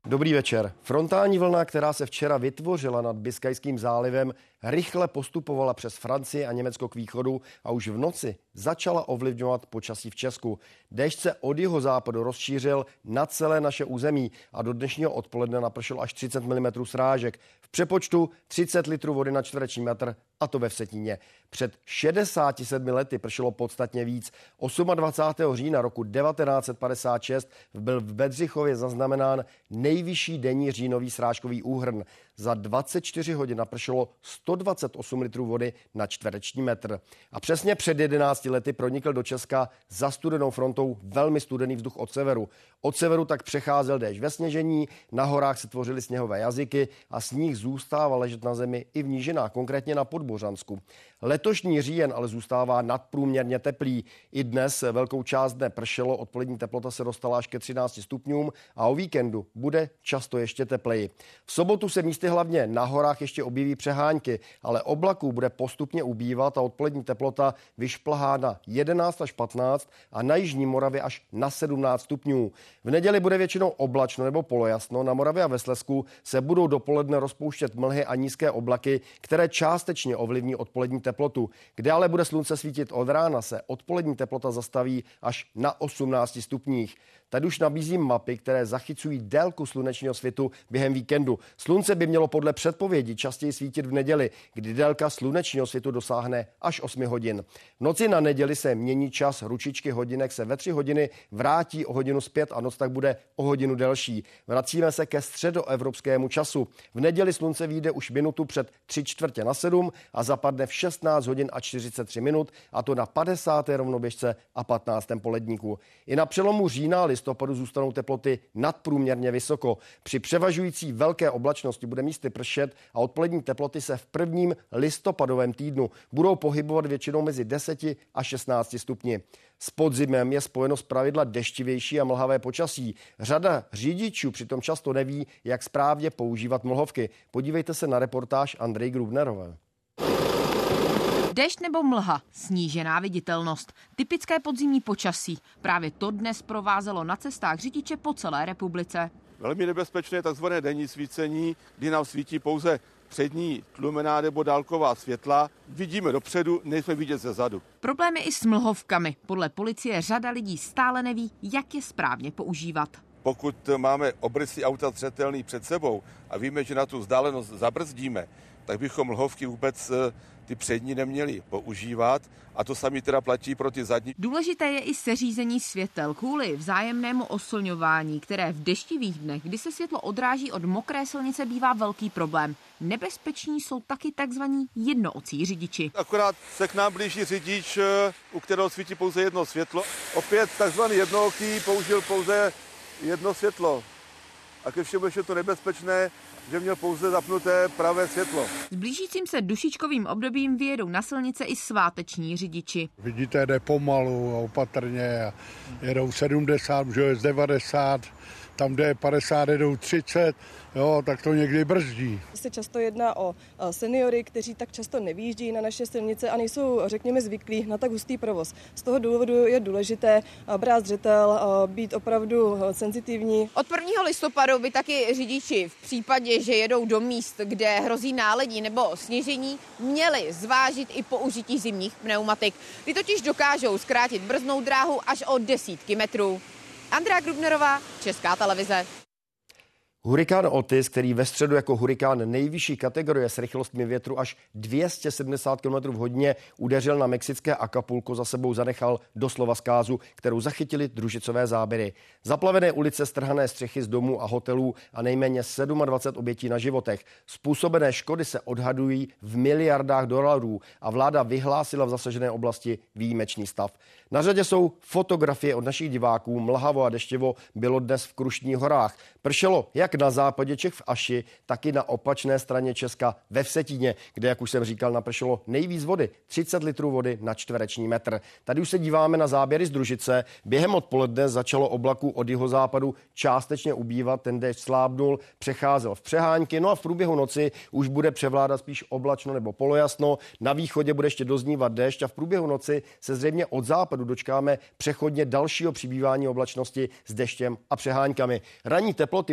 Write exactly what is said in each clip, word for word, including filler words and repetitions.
Dobrý večer. Frontální vlna, která se včera vytvořila nad Biskajským zálivem, rychle postupovala přes Francii a Německo k východu a už v noci začala ovlivňovat počasí v Česku. Déšť se od jihozápadu rozšířil na celé naše území a do dnešního odpoledne napršelo až třicet milimetrů srážek. V přepočtu třicet litrů vody na čtvereční metr, a to ve Vsetíně. Před šedesáti sedmi lety pršelo podstatně víc. dvacátého osmého října roku devatenáct set padesát šest byl v Bedřichově zaznamenán nejvyšší denní říjnový srážkový úhrn. Za dvacet čtyři hodin napršelo sto dvacet osm litrů vody na čtvereční metr. A přesně před jedenácti lety pronikl do Česka za studenou frontou velmi studený vzduch od severu. Od severu tak přecházel déšť ve sněžení, na horách se tvořily sněhové jazyky a sníh zůstával ležet na zemi i v nížinách, konkrétně na Podbořansku. Letošní říjen ale zůstává nadprůměrně teplý. I dnes velkou část dne pršelo, odpolední teplota se dostala až ke třinácti stupňům a o víkendu bude často ještě tepleji. V sobotu se místy hlavně na horách ještě objeví přehánky, ale oblaků bude postupně ubývat a odpolední teplota vyšplhá na jedenáct až patnáct a na jižní Moravě až na sedmnáct stupňů. V neděli bude většinou oblačno nebo polojasno, na Moravě a ve Slezsku se budou dopoledne rozpouštět mlhy a nízké oblaky, které částečně ovlivní odpolední teplotu. Kde ale bude slunce svítit od rána, se odpolední teplota zastaví až na osmnácti stupních. Tady už nabízím mapy, které zachycují délku slunečního svitu během víkendu. Slunce by mělo podle předpovědi častěji svítit v neděli, kdy délka slunečního svitu dosáhne až osmi hodin. V noci na neděli se mění čas, ručičky hodinek se ve tři hodiny vrátí o hodinu zpět a noc tak bude o hodinu delší. Vracíme se ke středoevropskému času. V neděli slunce vyjde už minutu před tři čtvrtě na sedm a zapadne v šestnáct hodin a čtyřicet tři minut, a to na padesáté rovnoběžce a patnáctém poledníku. I na přelomu října a listopadu zůstanou teploty nadprůměrně vysoko. Při převažující velké oblačnosti bude místy pršet a odpolední teploty se v prvním listopadovém týdnu budou pohybovat většinou mezi deseti a šestnácti stupni. S podzimem je spojeno zpravidla deštivější a mlhavé počasí. Řada řidičů přitom často neví, jak správně používat mlhovky. Podívejte se na reportáž Andreji Grubnerové. Déšť nebo mlha, snížená viditelnost, typické podzimní počasí. Právě to dnes provázelo na cestách řidiče po celé republice. Velmi nebezpečné tzv. Denní svícení, kdy nám svítí pouze přední tlumená nebo dálková světla. Vidíme dopředu, nejsme vidět ze zadu. Problém je i s mlhovkami. Podle policie řada lidí stále neví, jak je správně používat. Pokud máme obrysy auta zřetelný před sebou a víme, že na tu vzdálenost zabrzdíme, tak bychom mlhovky vůbec ty přední neměli používat, a to samé teda platí pro ty zadní. Důležité je i seřízení světel kvůli vzájemnému oslňování, které v deštivých dnech, kdy se světlo odráží od mokré silnice, bývá velký problém. Nebezpeční jsou taky takzvaní jednoocí řidiči. Akorát se k nám blíží řidič, u kterého svítí pouze jedno světlo. Opět takzvaný jednooký použil pouze jedno světlo. A ke všemu ještě to nebezpečné, že měl pouze zapnuté pravé světlo. S blížícím se dušičkovým obdobím vyjedou na silnice i sváteční řidiči. Vidíte, jde pomalu a opatrně, jedou sedmdesát, může jet devadesát, tam, kde je padesát, jedou třicet, jo, tak to někdy brzdí. Se často jedná o seniory, kteří tak často nevýjíždějí na naše silnice a nejsou, řekněme, zvyklí na tak hustý provoz. Z toho důvodu je důležité brát zřetel, být opravdu senzitivní. Od prvního listopadu by taky řidiči v případě, že jedou do míst, kde hrozí náledí nebo sněžení, měli zvážit i použití zimních pneumatik. Ty totiž dokážou zkrátit brzdnou dráhu až o desítky metrů. Andrea Grubnerová, Česká televize. Hurikán Otis, který ve středu jako hurikán nejvyšší kategorie s rychlostmi větru až dvě stě sedmdesát kilometrů v hodině udeřil na mexické Acapulco, za sebou zanechal doslova zkázu, kterou zachytili družicové záběry. Zaplavené ulice, strhané střechy z domů a hotelů a nejméně dvacet sedm obětí na životech. Způsobené škody se odhadují v miliardách dolarů a vláda vyhlásila v zasažené oblasti výjimečný stav. Na řadě jsou fotografie od našich diváků. Mlhavo a deštivo bylo dnes v Krušných horách. Pršelo jak na západě Čech v Aši, tak i na opačné straně Česka ve Vsetíně, kde, jak už jsem říkal, napršelo nejvíc vody, třicet litrů vody na čtvereční metr. Tady už se díváme na záběry z Družice. Během odpoledne začalo oblaků od jihozápadu částečně ubývat, ten déšť slábnul, přecházel v přehánky, no a v průběhu noci už bude převládat spíš oblačno nebo polojasno. Na východě bude ještě doznívat déšť a v průběhu noci se zřejmě od západu dočkáme přechodně dalšího přibývání oblačnosti s deštěm a přeháňkami. Ranní teploty budou klesat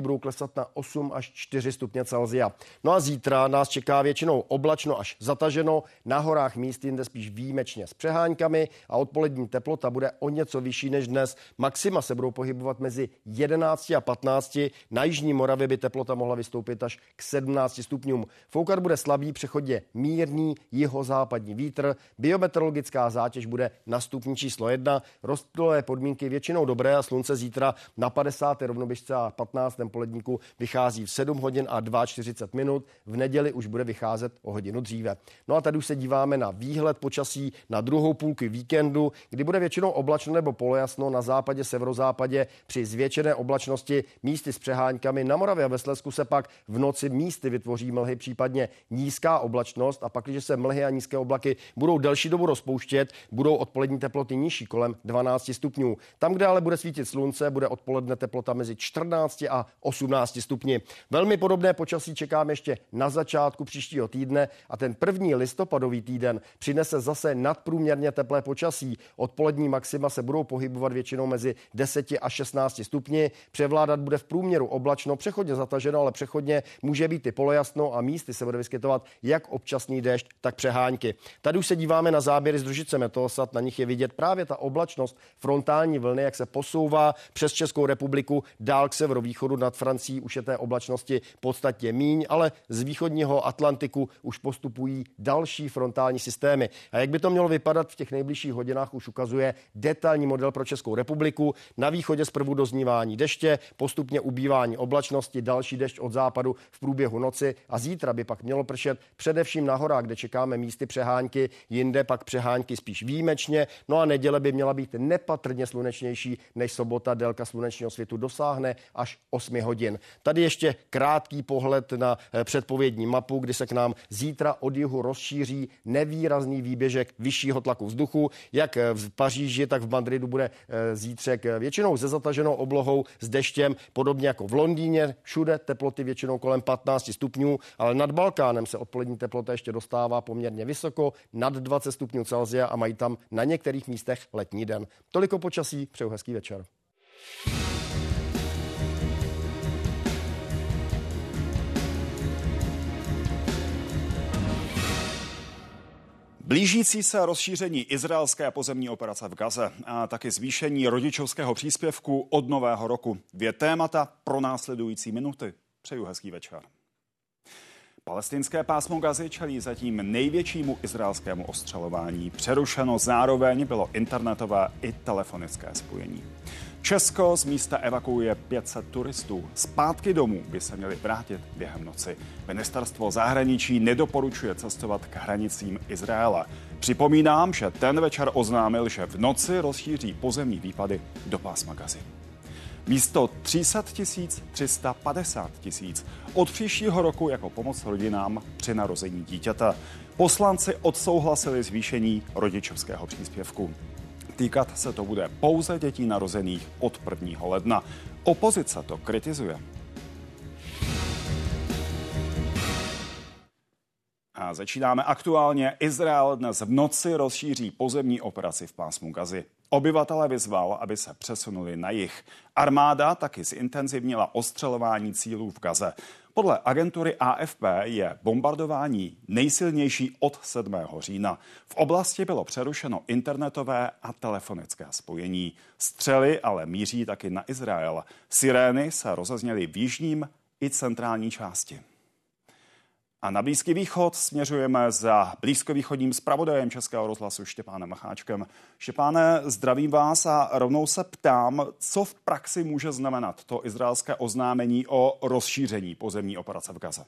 klesat na osm až čtyři stupně Celsia. No a zítra nás čeká většinou oblačno až zataženo, na horách míst jinde spíš výjimečně s přeháňkami a odpolední teplota bude o něco vyšší než dnes. Maxima se budou pohybovat mezi jedenácti a patnácti. Na jižní Moravě by teplota mohla vystoupit až k sedmnácti stupňům. Foukat bude slabý, přechodně mírný jihozápadní vítr. Biometeorologická zátěž bude na stupni číslo jedna. Rozptylové podmínky většinou dobré a slunce zítra na padesáté rovnoběžce a patnáctém poledníku vychází v sedm hodin a čtyřicet dva minut. V neděli už bude vycházet o hodinu dříve. No a tady už se díváme na výhled počasí na druhou půlku víkendu, kdy bude většinou oblačno nebo polojasno, na západě, severozápadě při zvětšené oblačnosti místy s přeháňkami. Na Moravě a ve Slezsku se pak v noci místy vytvoří mlhy, případně nízká oblačnost, a pak, když se mlhy a nízké oblaky budou delší dobu rozpouštět, budou odpolední teploty nižší kolem dvanácti stupňů. Tam, kde ale bude svítit slunce, bude odpoledne teplota mezi čtrnácti a osmnácti stupni. Velmi podobné počasí čekáme ještě na začátku příštího týdne a ten první listopadový týden přinese zase nadprůměrně teplé počasí. Odpolední maxima se budou pohybovat většinou mezi deseti a šestnácti stupni. Převládat bude v průměru oblačno, přechodně zataženo, ale přechodně může být i polojasno a místy se bude vyskytovat jak občasný déšť, tak přehánky. Tady už se díváme na záběry z družice Meteosat, na nich je vidět právě ta oblačnost frontální vlny, jak se posouvá přes Českou republiku dál k severovýchodu. Nad Francií už je té oblačnosti podstatně míň, ale z východního Atlantiku už postupují další frontální systémy. A jak by to mělo vypadat v těch nejbližších hodinách, už ukazuje detailní model pro Českou republiku. Na východě zprvu doznívání deště, postupně ubývání oblačnosti, další dešť od západu v průběhu noci a zítra by pak mělo pršet především na horách, kde čekáme místy přehánky, jinde pak přehánky spíš výjimečně. No a neděle by měla být nepatrně slunečnější než sobota. Délka slunečního svitu dosáhne až osmi hodin. Tady ještě krátký pohled na předpovědní mapu, kdy se k nám zítra od jihu rozšíří nevýrazný výběžek vyššího tlaku vzduchu. Jak v Paříži, tak v Madridu bude zítřek většinou se zataženou oblohou s deštěm, podobně jako v Londýně. Všude teploty většinou kolem patnácti stupňů, ale nad Balkánem se odpolední teplota ještě dostává poměrně vysoko, nad dvacet stupňů Celsia, a mají tam na některých místech letní den. Toliko počasí, přeju hezký večer. Blížící se rozšíření izraelské pozemní operace v Gaze a taky zvýšení rodičovského příspěvku od nového roku. Dvě témata pro následující minuty. Přeju hezký večer. Palestinské pásmo Gazy čelí zatím největšímu izraelskému ostřelování. Přerušeno zároveň bylo internetové i telefonické spojení. Česko z místa evakuuje pět set turistů. Zpátky domů by se měli vrátit během noci. Ministerstvo zahraničí nedoporučuje cestovat k hranicím Izraele. Připomínám, že ten večer oznámil, že v noci rozšíří pozemní výpady do pásma Gazy. Místo tři sta tisíc, tři sta padesát tisíc. Od příštího roku jako pomoc rodinám při narození dítěte. Poslanci odsouhlasili zvýšení rodičovského příspěvku. Týkat se to bude pouze dětí narozených od prvního ledna. Opozice to kritizuje. A začínáme aktuálně. Izrael dnes v noci rozšíří pozemní operaci v pásmu Gazy. Obyvatele vyzval, aby se přesunuli na jih. Armáda taky zintenzivnila ostřelování cílů v Gaze. Podle agentury A F P je bombardování nejsilnější od sedmého října. V oblasti bylo přerušeno internetové a telefonické spojení. Střely ale míří taky na Izrael. Sirény se rozezněly v jižním i centrální části. A na Blízký východ směřujeme za blízkovýchodním zpravodajem Českého rozhlasu Štěpánem Macháčkem. Štěpáne, zdravím vás a rovnou se ptám, co v praxi může znamenat to izraelské oznámení o rozšíření pozemní operace v Gaze.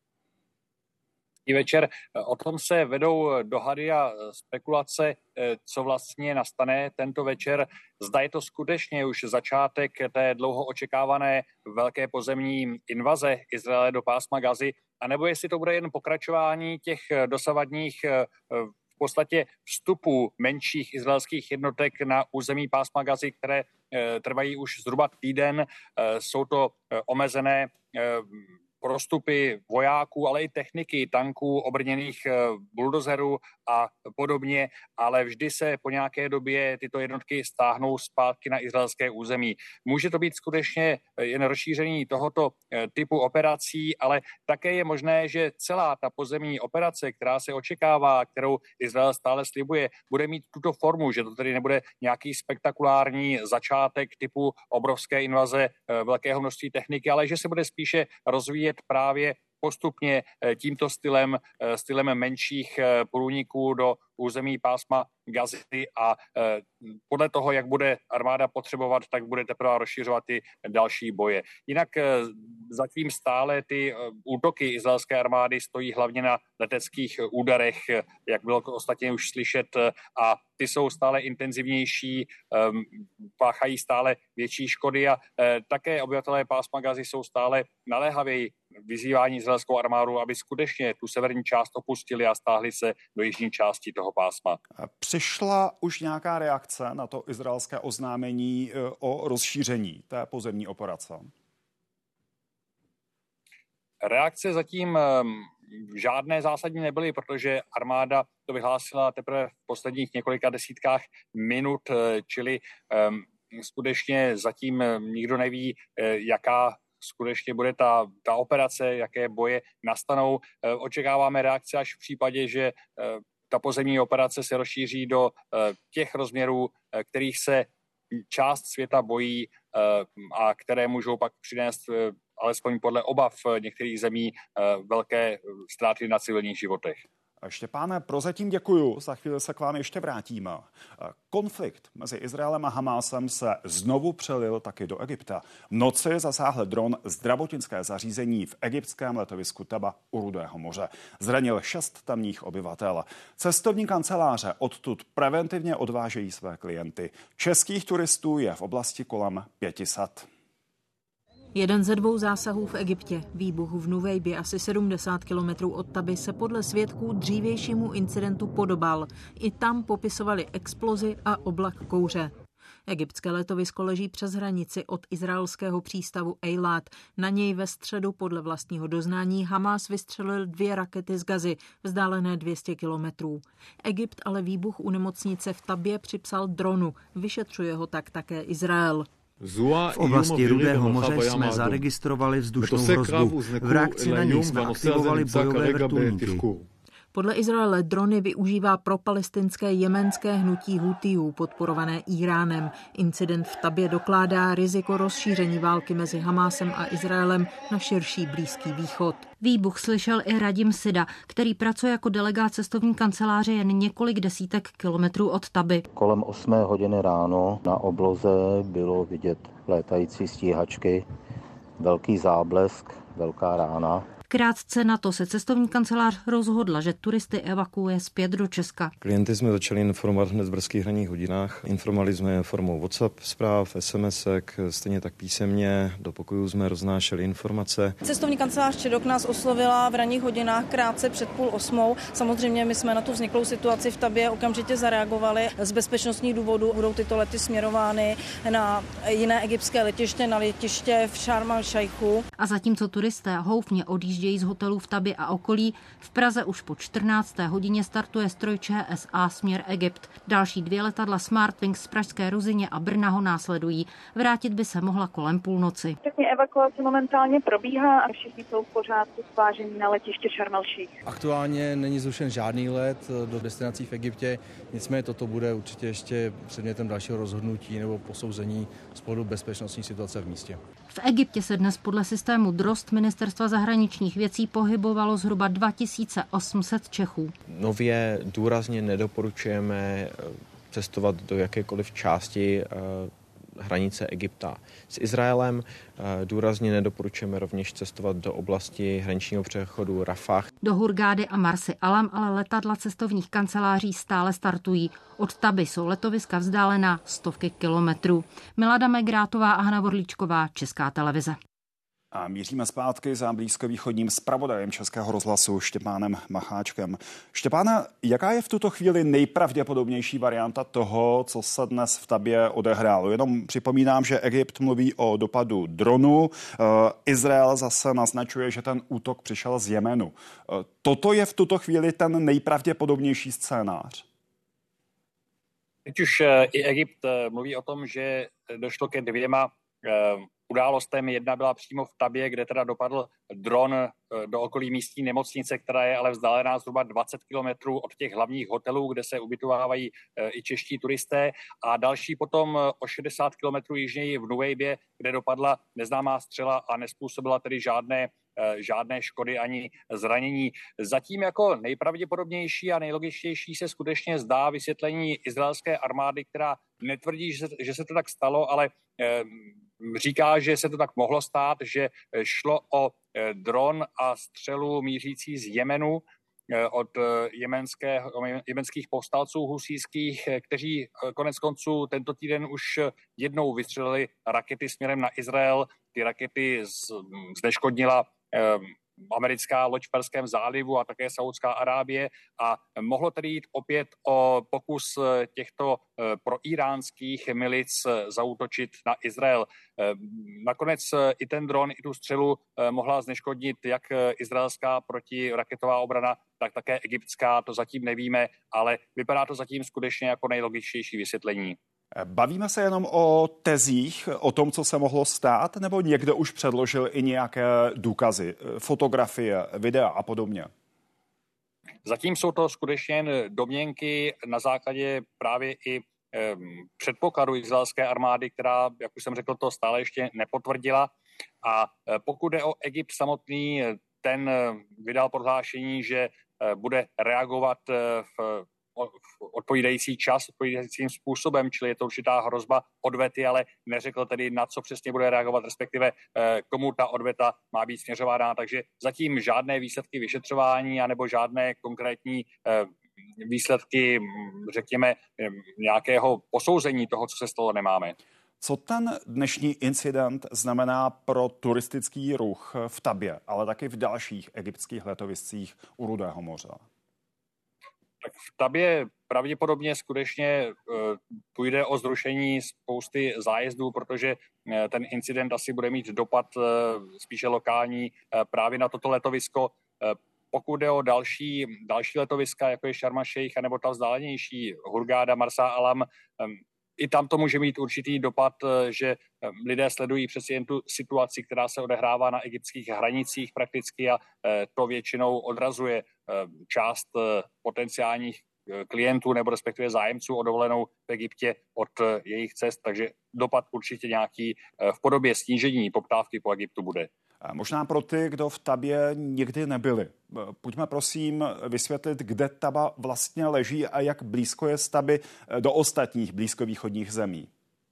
Večer. O tom se vedou dohady a spekulace, co vlastně nastane tento večer. Zda je to skutečně už začátek té dlouho očekávané velké pozemní invaze Izraele do pásma Gazy, anebo jestli to bude jen pokračování těch dosavadních v podstatě vstupů menších izraelských jednotek na území pásma Gazy, které trvají už zhruba týden. Jsou to omezené prostupy vojáků, ale i techniky, tanků, obrněných buldozerů a podobně, ale vždy se po nějaké době tyto jednotky stáhnou zpátky na izraelské území. Může to být skutečně jen rozšíření tohoto typu operací, ale také je možné, že celá ta pozemní operace, která se očekává, kterou Izrael stále slibuje, bude mít tuto formu, že to tedy nebude nějaký spektakulární začátek typu obrovské invaze velkého množství techniky, ale že se bude spíše rozvíjet právě postupně tímto stylem, stylem menších průniků do území pásma Gazy a podle toho, jak bude armáda potřebovat, tak bude teprve rozšiřovat ty další boje. Jinak zatím stále ty útoky izraelské armády stojí hlavně na leteckých úderech, jak bylo ostatně už slyšet, a ty jsou stále intenzivnější, páchají stále větší škody a také obyvatelé pásma Gazy jsou stále naléhavěji vyzývání izraelskou armádu, aby skutečně tu severní část opustili a stáhli se do jižní části toho pásma. Přišla už nějaká reakce na to izraelské oznámení o rozšíření té pozemní operace? Reakce zatím žádné zásadní nebyly, protože armáda to vyhlásila teprve v posledních několika desítkách minut, čili um, skutečně zatím nikdo neví, jaká skutečně bude ta, ta operace, jaké boje nastanou. Očekáváme reakce až v případě, že ta pozemní operace se rozšíří do těch rozměrů, kterých se část světa bojí a které můžou pak přinést alespoň podle obav některých zemí velké ztráty na civilních životech. Štěpáne, prozatím děkuju, za chvíli se k vám ještě vrátíme. Konflikt mezi Izraelem a Hamásem se znovu přelil taky do Egypta. V noci zasáhl dron zdravotnické zařízení v egyptském letovisku Taba u Rudého moře. Zranil šest tamních obyvatel. Cestovní kanceláře odtud preventivně odvážejí své klienty. Českých turistů je v oblasti kolem pět set. Jeden ze dvou zásahů v Egyptě, výbuch v Nuvejbě asi sedmdesát kilometrů od Taby, se podle svědků dřívějšímu incidentu podobal. I tam popisovali explozi a oblak kouře. Egyptské letovisko leží přes hranici od izraelského přístavu Eilat. Na něj ve středu podle vlastního doznání Hamás vystřelil dvě rakety z Gazy, vzdálené dvě stě kilometrů. Egypt ale výbuch u nemocnice v Tabě připsal dronu. Vyšetřuje ho tak také Izrael. V oblasti Rudého moře jsme zaregistrovali vzdušnou hrozbu. V reakci na ní jsme aktivovali bojové vrtulníky. Podle Izraele drony využívá propalestinské jemenské hnutí Hutijů podporované Íránem. Incident v Tabě dokládá riziko rozšíření války mezi Hamásem a Izraelem na širší Blízký východ. Výbuch slyšel i Radim Sida, který pracuje jako delegát cestovní kanceláře jen několik desítek kilometrů od Taby. Kolem osmé hodiny ráno na obloze bylo vidět létající stíhačky, velký záblesk, velká rána. Krátce na to se cestovní kancelář rozhodla, že turisty evakuuje zpět do Česka. Klienty jsme začali informovat hned v brzkých ranních hodinách. Informovali jsme je formou WhatsApp zpráv, SMSek, stejně tak písemně. Do pokojů jsme roznášeli informace. Cestovní kancelář Čedok nás oslovila v ranních hodinách krátce před půl osmou. Samozřejmě my jsme na tu vzniklou situaci v Tabě okamžitě zareagovali. Z bezpečnostních důvodů budou tyto lety směrovány na jiné egyptské letiště, na letiště v Šarm el-Šajchu. A zatímco turisté houfně odjíždějí z hotelů v Tabě a okolí, v Praze už po čtrnácté hodině startuje stroj Č S A směr Egypt. Další dvě letadla Smartwings z pražské Ruzyně a Brna ho následují. Vrátit by se mohla kolem půlnoci. Všechny evakuace momentálně probíhá a všichni jsou v pořádku svážení na letiště Šarm el-Šejch. Aktuálně není zrušen žádný let do destinací v Egyptě, nicméně toto bude určitě ještě předmětem dalšího rozhodnutí nebo posouzení z pohledu bezpečnostní situace v místě. V Egyptě se dnes podle systému Drost Ministerstva zahraničních věcí pohybovalo zhruba dva tisíce osm set Čechů. Nově důrazně nedoporučujeme cestovat do jakékoliv části hranice Egypta s Izraelem. Důrazně nedoporučujeme rovněž cestovat do oblasti hraničního přechodu Rafah. Do Hurgády a Marsi Alam ale letadla cestovních kanceláří stále startují. Od Taby jsou letoviska vzdálená stovky kilometrů. Milada Megrátová a Hana Vorlíčková, Česká televize. A míříme zpátky za blízkovýchodním zpravodajem Českého rozhlasu Štěpánem Macháčkem. Štěpáne, jaká je v tuto chvíli nejpravděpodobnější varianta toho, co se dnes v Tabě odehrálo? Jenom připomínám, že Egypt mluví o dopadu dronu, Izrael zase naznačuje, že ten útok přišel z Jemenu. Toto je v tuto chvíli ten nejpravděpodobnější scénář? Teď už i Egypt mluví o tom, že došlo ke dvěma událostem. Jedna byla přímo v Tabě, kde teda dopadl dron do okolí místní nemocnice, která je ale vzdálená zhruba dvacet kilometrů od těch hlavních hotelů, kde se ubytovávají i čeští turisté. A další potom o šedesát kilometrů jižněji v Nuvejbě, kde dopadla neznámá střela a nespůsobila tedy žádné žádné škody ani zranění. Zatím jako nejpravděpodobnější a nejlogičtější se skutečně zdá vysvětlení izraelské armády, která netvrdí, že se, že se to tak stalo, ale eh, říká, že se to tak mohlo stát, že šlo o eh, dron a střelu mířící z Jemenu eh, od eh, jemenské, jemenských povstalců husíských, eh, kteří eh, konec konců tento týden už jednou vystřelili rakety směrem na Izrael. Ty rakety z, zneškodnila americká loď v Perském zálivu a také Saudská Arábie a mohlo tedy jít opět o pokus těchto proiránských milic zaútočit na Izrael. Nakonec i ten dron, i tu střelu mohla zneškodnit jak izraelská protiraketová obrana, tak také egyptská, to zatím nevíme, ale vypadá to zatím skutečně jako nejlogičtější vysvětlení. Bavíme se jenom o tezích, o tom, co se mohlo stát, nebo někdo už předložil i nějaké důkazy, fotografie, videa a podobně? Zatím jsou to skutečně jen domněnky na základě právě i předpokladu izraelské armády, která, jak už jsem řekl, to stále ještě nepotvrdila. A pokud jde o Egypt samotný, ten vydal prohlášení, že bude reagovat v odpovídající čas, odpovídajícím způsobem, čili je to určitá hrozba odvety, ale neřekl tedy, na co přesně bude reagovat, respektive komu ta odveta má být směřována. Takže zatím žádné výsledky vyšetřování anebo žádné konkrétní výsledky, řekněme, nějakého posouzení toho, co se stalo, nemáme. Co ten dnešní incident znamená pro turistický ruch v Tabě, ale taky v dalších egyptských letoviscích u Rudého moře? Tak v Tabě pravděpodobně skutečně půjde o zrušení spousty zájezdů, protože ten incident asi bude mít dopad spíše lokální právě na toto letovisko. Pokud jde o další, další letoviska, jako je Sharm el-Sheikh, nebo ta vzdálenější Hurghada, Marsa Alam, i tam to může mít určitý dopad, že lidé sledují přesně jen tu situaci, která se odehrává na egyptských hranicích prakticky a to většinou odrazuje část potenciálních klientů nebo respektive zájemců o dovolenou v Egyptě od jejich cest, takže dopad určitě nějaký v podobě snížení poptávky po Egyptu bude. Možná pro ty, kdo v Tabě nikdy nebyli. Pojďme prosím vysvětlit, kde Taba vlastně leží a jak blízko je z Taby do ostatních blízkovýchodních zemí.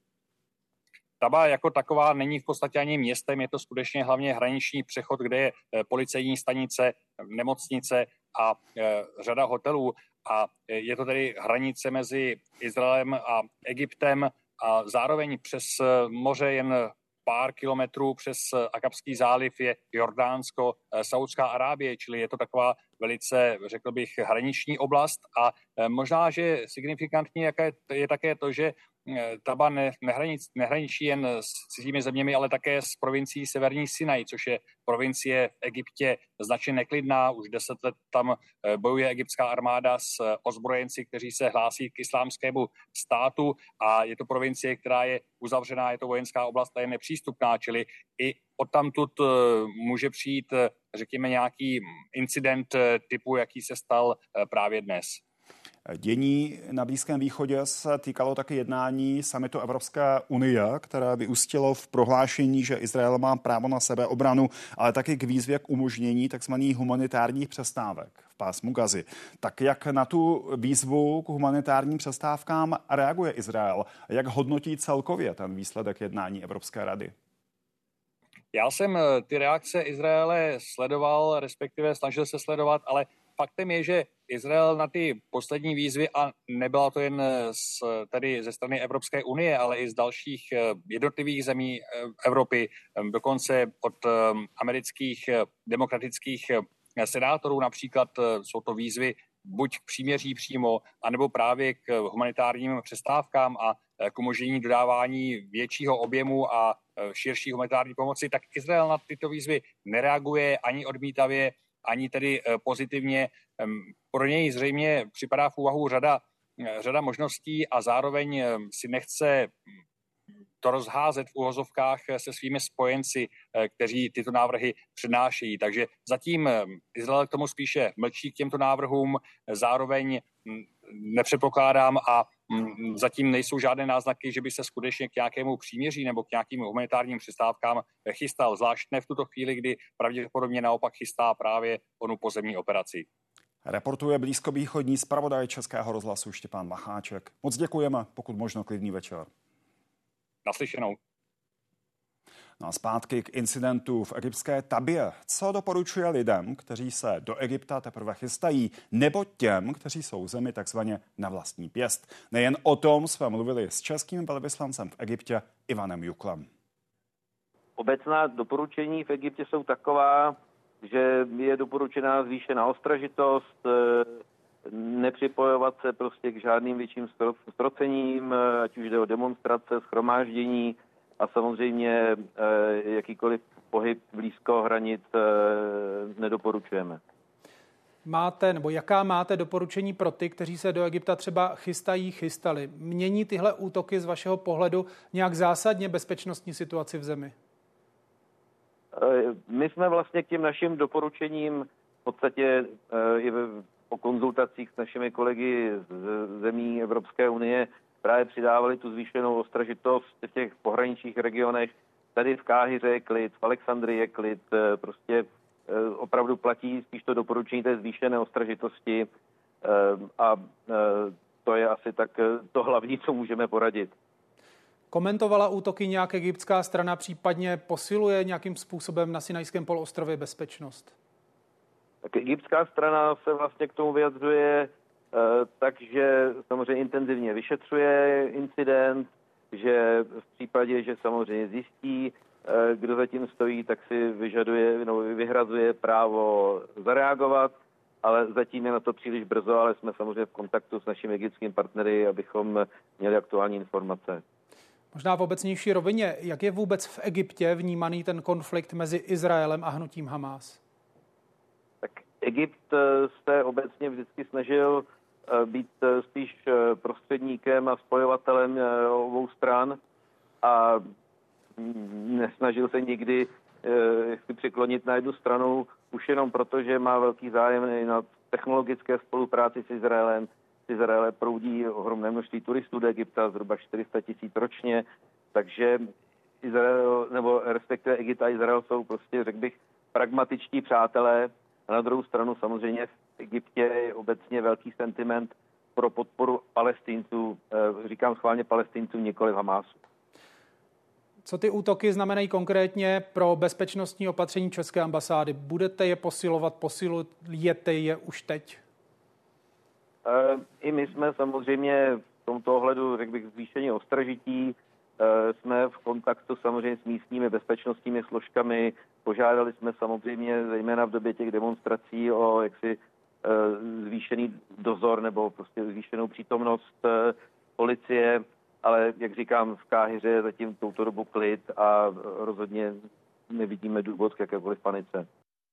Taba jako taková není v podstatě ani městem, je to skutečně hlavně hraniční přechod, kde je policejní stanice, nemocnice a řada hotelů. A je to tedy hranice mezi Izraelem a Egyptem a zároveň přes moře jen pár kilometrů přes Akabský záliv je Jordánsko, Saudská Arábie, čili je to taková velice, řekl bych, hraniční oblast a možná, že signifikantní je také to, že Taba nehranič, nehraničí jen s cizími zeměmi, ale také s provincií Severní Sinaj, což je provincie v Egyptě značně neklidná. Už deset let tam bojuje egyptská armáda s ozbrojenci, kteří se hlásí k islámskému státu a je to provincie, která je uzavřená, je to vojenská oblast a je nepřístupná, čili i odtamtud může přijít, řekněme, nějaký incident typu, jaký se stal právě dnes. Dění na Blízkém východě se týkalo taky jednání summitu Evropské unie, které vyústilo v prohlášení, že Izrael má právo na sebeobranu, ale taky k výzvě k umožnění tzv. Humanitárních přestávek v pásmu Gazy. Tak jak na tu výzvu k humanitárním přestávkám reaguje Izrael? Jak hodnotí celkově ten výsledek jednání Evropské rady? Já jsem ty reakce Izraele sledoval, respektive snažil se sledovat, ale faktem je, že Izrael na ty poslední výzvy, a nebyla to jen z, tedy ze strany Evropské unie, ale i z dalších jednotlivých zemí Evropy, dokonce od amerických demokratických senátorů například, jsou to výzvy buď k příměří přímo, anebo právě k humanitárním přestávkám a k umožnění dodávání většího objemu a širší humanitární pomoci, tak Izrael na tyto výzvy nereaguje ani odmítavě, ani tedy pozitivně. Pro něj zřejmě připadá v úvahu řada, řada možností a zároveň si nechce to rozházet v uvozovkách se svými spojenci, kteří tyto návrhy přednášejí. Takže zatím Izrael k tomu spíše mlčí k těmto návrhům, zároveň nepředpokládám a zatím nejsou žádné náznaky, že by se skutečně k nějakému příměří nebo k nějakým humanitárním přestávkám chystal, zvlášť ne v tuto chvíli, kdy pravděpodobně naopak chystá právě onu pozemní operaci. Reportuje blízkovýchodní zpravodaj Českého rozhlasu Štěpán Macháček. Moc děkujeme, pokud možno klidný večer. Naslyšenou. No a zpátky k incidentu v egyptské Tabě. Co doporučuje lidem, kteří se do Egypta teprve chystají, nebo těm, kteří jsou zemi takzvaně na vlastní pěst? Nejen o tom jsme mluvili s českým velvyslancem v Egyptě Ivanem Juklem. Obecná doporučení v Egyptě jsou taková, že je doporučená zvýšená ostražitost, nepřipojovat se prostě k žádným větším ztrocením, ať už jde o demonstrace, shromáždění a samozřejmě jakýkoliv pohyb blízko hranic nedoporučujeme. Máte, nebo jaká máte doporučení pro ty, kteří se do Egypta třeba chystají, chystali? Mění tyhle útoky z vašeho pohledu nějak zásadně bezpečnostní situaci v zemi? My jsme vlastně k těm našim doporučením v podstatě i po konzultacích s našimi kolegy z zemí Evropské unie právě přidávali tu zvýšenou ostražitost v těch pohraničních regionech. Tady v Káhiře je klid, v Alexandrii je klid, prostě opravdu platí spíš to doporučení té zvýšené ostražitosti a to je asi tak to hlavní, co můžeme poradit. Komentovala útoky nějak egyptská strana, případně posiluje nějakým způsobem na Sinajském poloostrově bezpečnost? Tak egyptská strana se vlastně k tomu vyjadřuje takže samozřejmě intenzivně vyšetřuje incident, že v případě, že samozřejmě zjistí, kdo za tím stojí, tak si vyžaduje, no, vyhrazuje právo zareagovat, ale zatím je na to příliš brzo, ale jsme samozřejmě v kontaktu s našimi egyptskými partnery, abychom měli aktuální informace. Možná v obecnější rovině, jak je vůbec v Egyptě vnímaný ten konflikt mezi Izraelem a hnutím Hamás? Tak Egypt se obecně vždycky snažil být spíš prostředníkem a spojovatelem obou stran a nesnažil se nikdy si přiklonit na jednu stranu už jenom proto, že má velký zájem na technologické spolupráci s Izraelem. Z Izraele proudí ohromné množství turistů do Egypta, zhruba čtyři sta tisíc ročně, takže Izrael, nebo respektive Egypt a Izrael jsou prostě, řekl bych, pragmatičtí přátelé. A na druhou stranu samozřejmě v Egyptě je obecně velký sentiment pro podporu Palestinců, říkám schválně Palestinců, nikoli Hamásu. Co ty útoky znamenají konkrétně pro bezpečnostní opatření České ambasády? Budete je posilovat, posilujete je už teď? I my jsme samozřejmě v tomto ohledu, řekl bych, zvýšení ostražití. Jsme v kontaktu samozřejmě s místními bezpečnostními složkami. Požádali jsme samozřejmě zejména v době těch demonstrací o jaksi zvýšený dozor nebo prostě zvýšenou přítomnost policie, ale jak říkám, v Káhiře je zatím touto dobu klid a rozhodně nevidíme důvod k jakékoliv panice.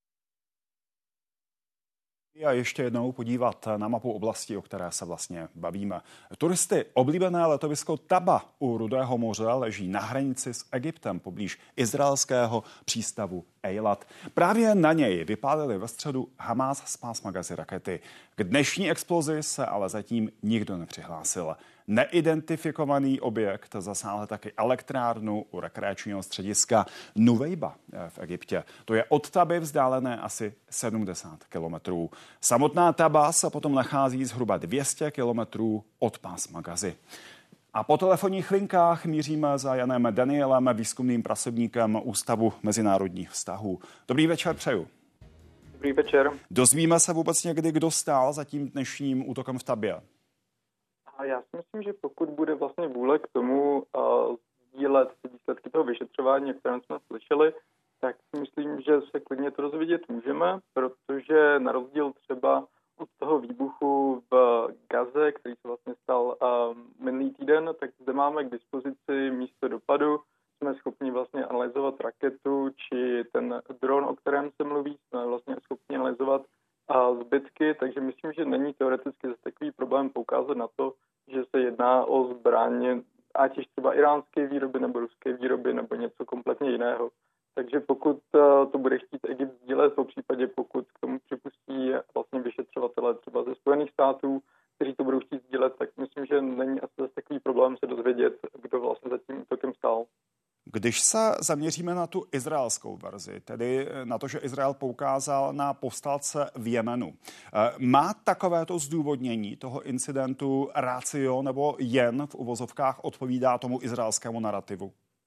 A ještě jednou podívat na mapu oblasti, o které se vlastně bavíme. Turisty oblíbené letovisko Taba u Rudého moře leží na hranici s Egyptem poblíž izraelského přístavu Eilat. Právě na něj vypálili ve středu Hamás z pásma Gazy rakety. K dnešní explozi se ale zatím nikdo nepřihlásil. Neidentifikovaný objekt zasáhl taky elektrárnu u rekreačního střediska Nuvejba v Egyptě. To je od Taby vzdálené asi sedmdesát kilometrů. Samotná Taba se potom nachází zhruba dvě stě kilometrů od pásma Gazy. A po telefonních linkách míříme za Janem Danielem, výzkumným pracovníkem Ústavu mezinárodních vztahů. Dobrý večer přeju. Dobrý večer. Dozvíme se vůbec někdy, kdo stál za tím dnešním útokem v Tabě? A já si myslím, že pokud bude vlastně vůle k tomu uh, sdílet výsledky toho vyšetřování, o kterém jsme slyšeli, tak si myslím, že se klidně to dozvědět můžeme, protože na rozdíl třeba od toho výbuchu v Gaze, který se vlastně stal uh, minulý týden, tak zde máme k dispozici místo dopadu. Jsme schopni vlastně analyzovat raketu či ten dron, o kterém se mluví, jsme vlastně schopni analyzovat uh, zbytky, takže myslím, že není teoreticky zase takový problém poukázat na to, že se jedná o zbraň, ať již třeba iránské výroby nebo ruské výroby nebo něco kompletně jiného. Takže pokud uh, to bude chtít Egypt sdílet, v případě pokud k tomu připustí vlastně vyšetřovatele třeba ze Spojených států, kteří to budou chtít sdílet, tak myslím, že není asi zase takový problém se dozvědět, kdo vlastně za tím útokem stál. Když se zaměříme na tu izraelskou verzi, tedy na to, že Izrael poukázal na povstalce v Jemenu, má takovéto zdůvodnění toho incidentu ratio nebo jen v uvozovkách odpovídá tomu izraelskému narrativu?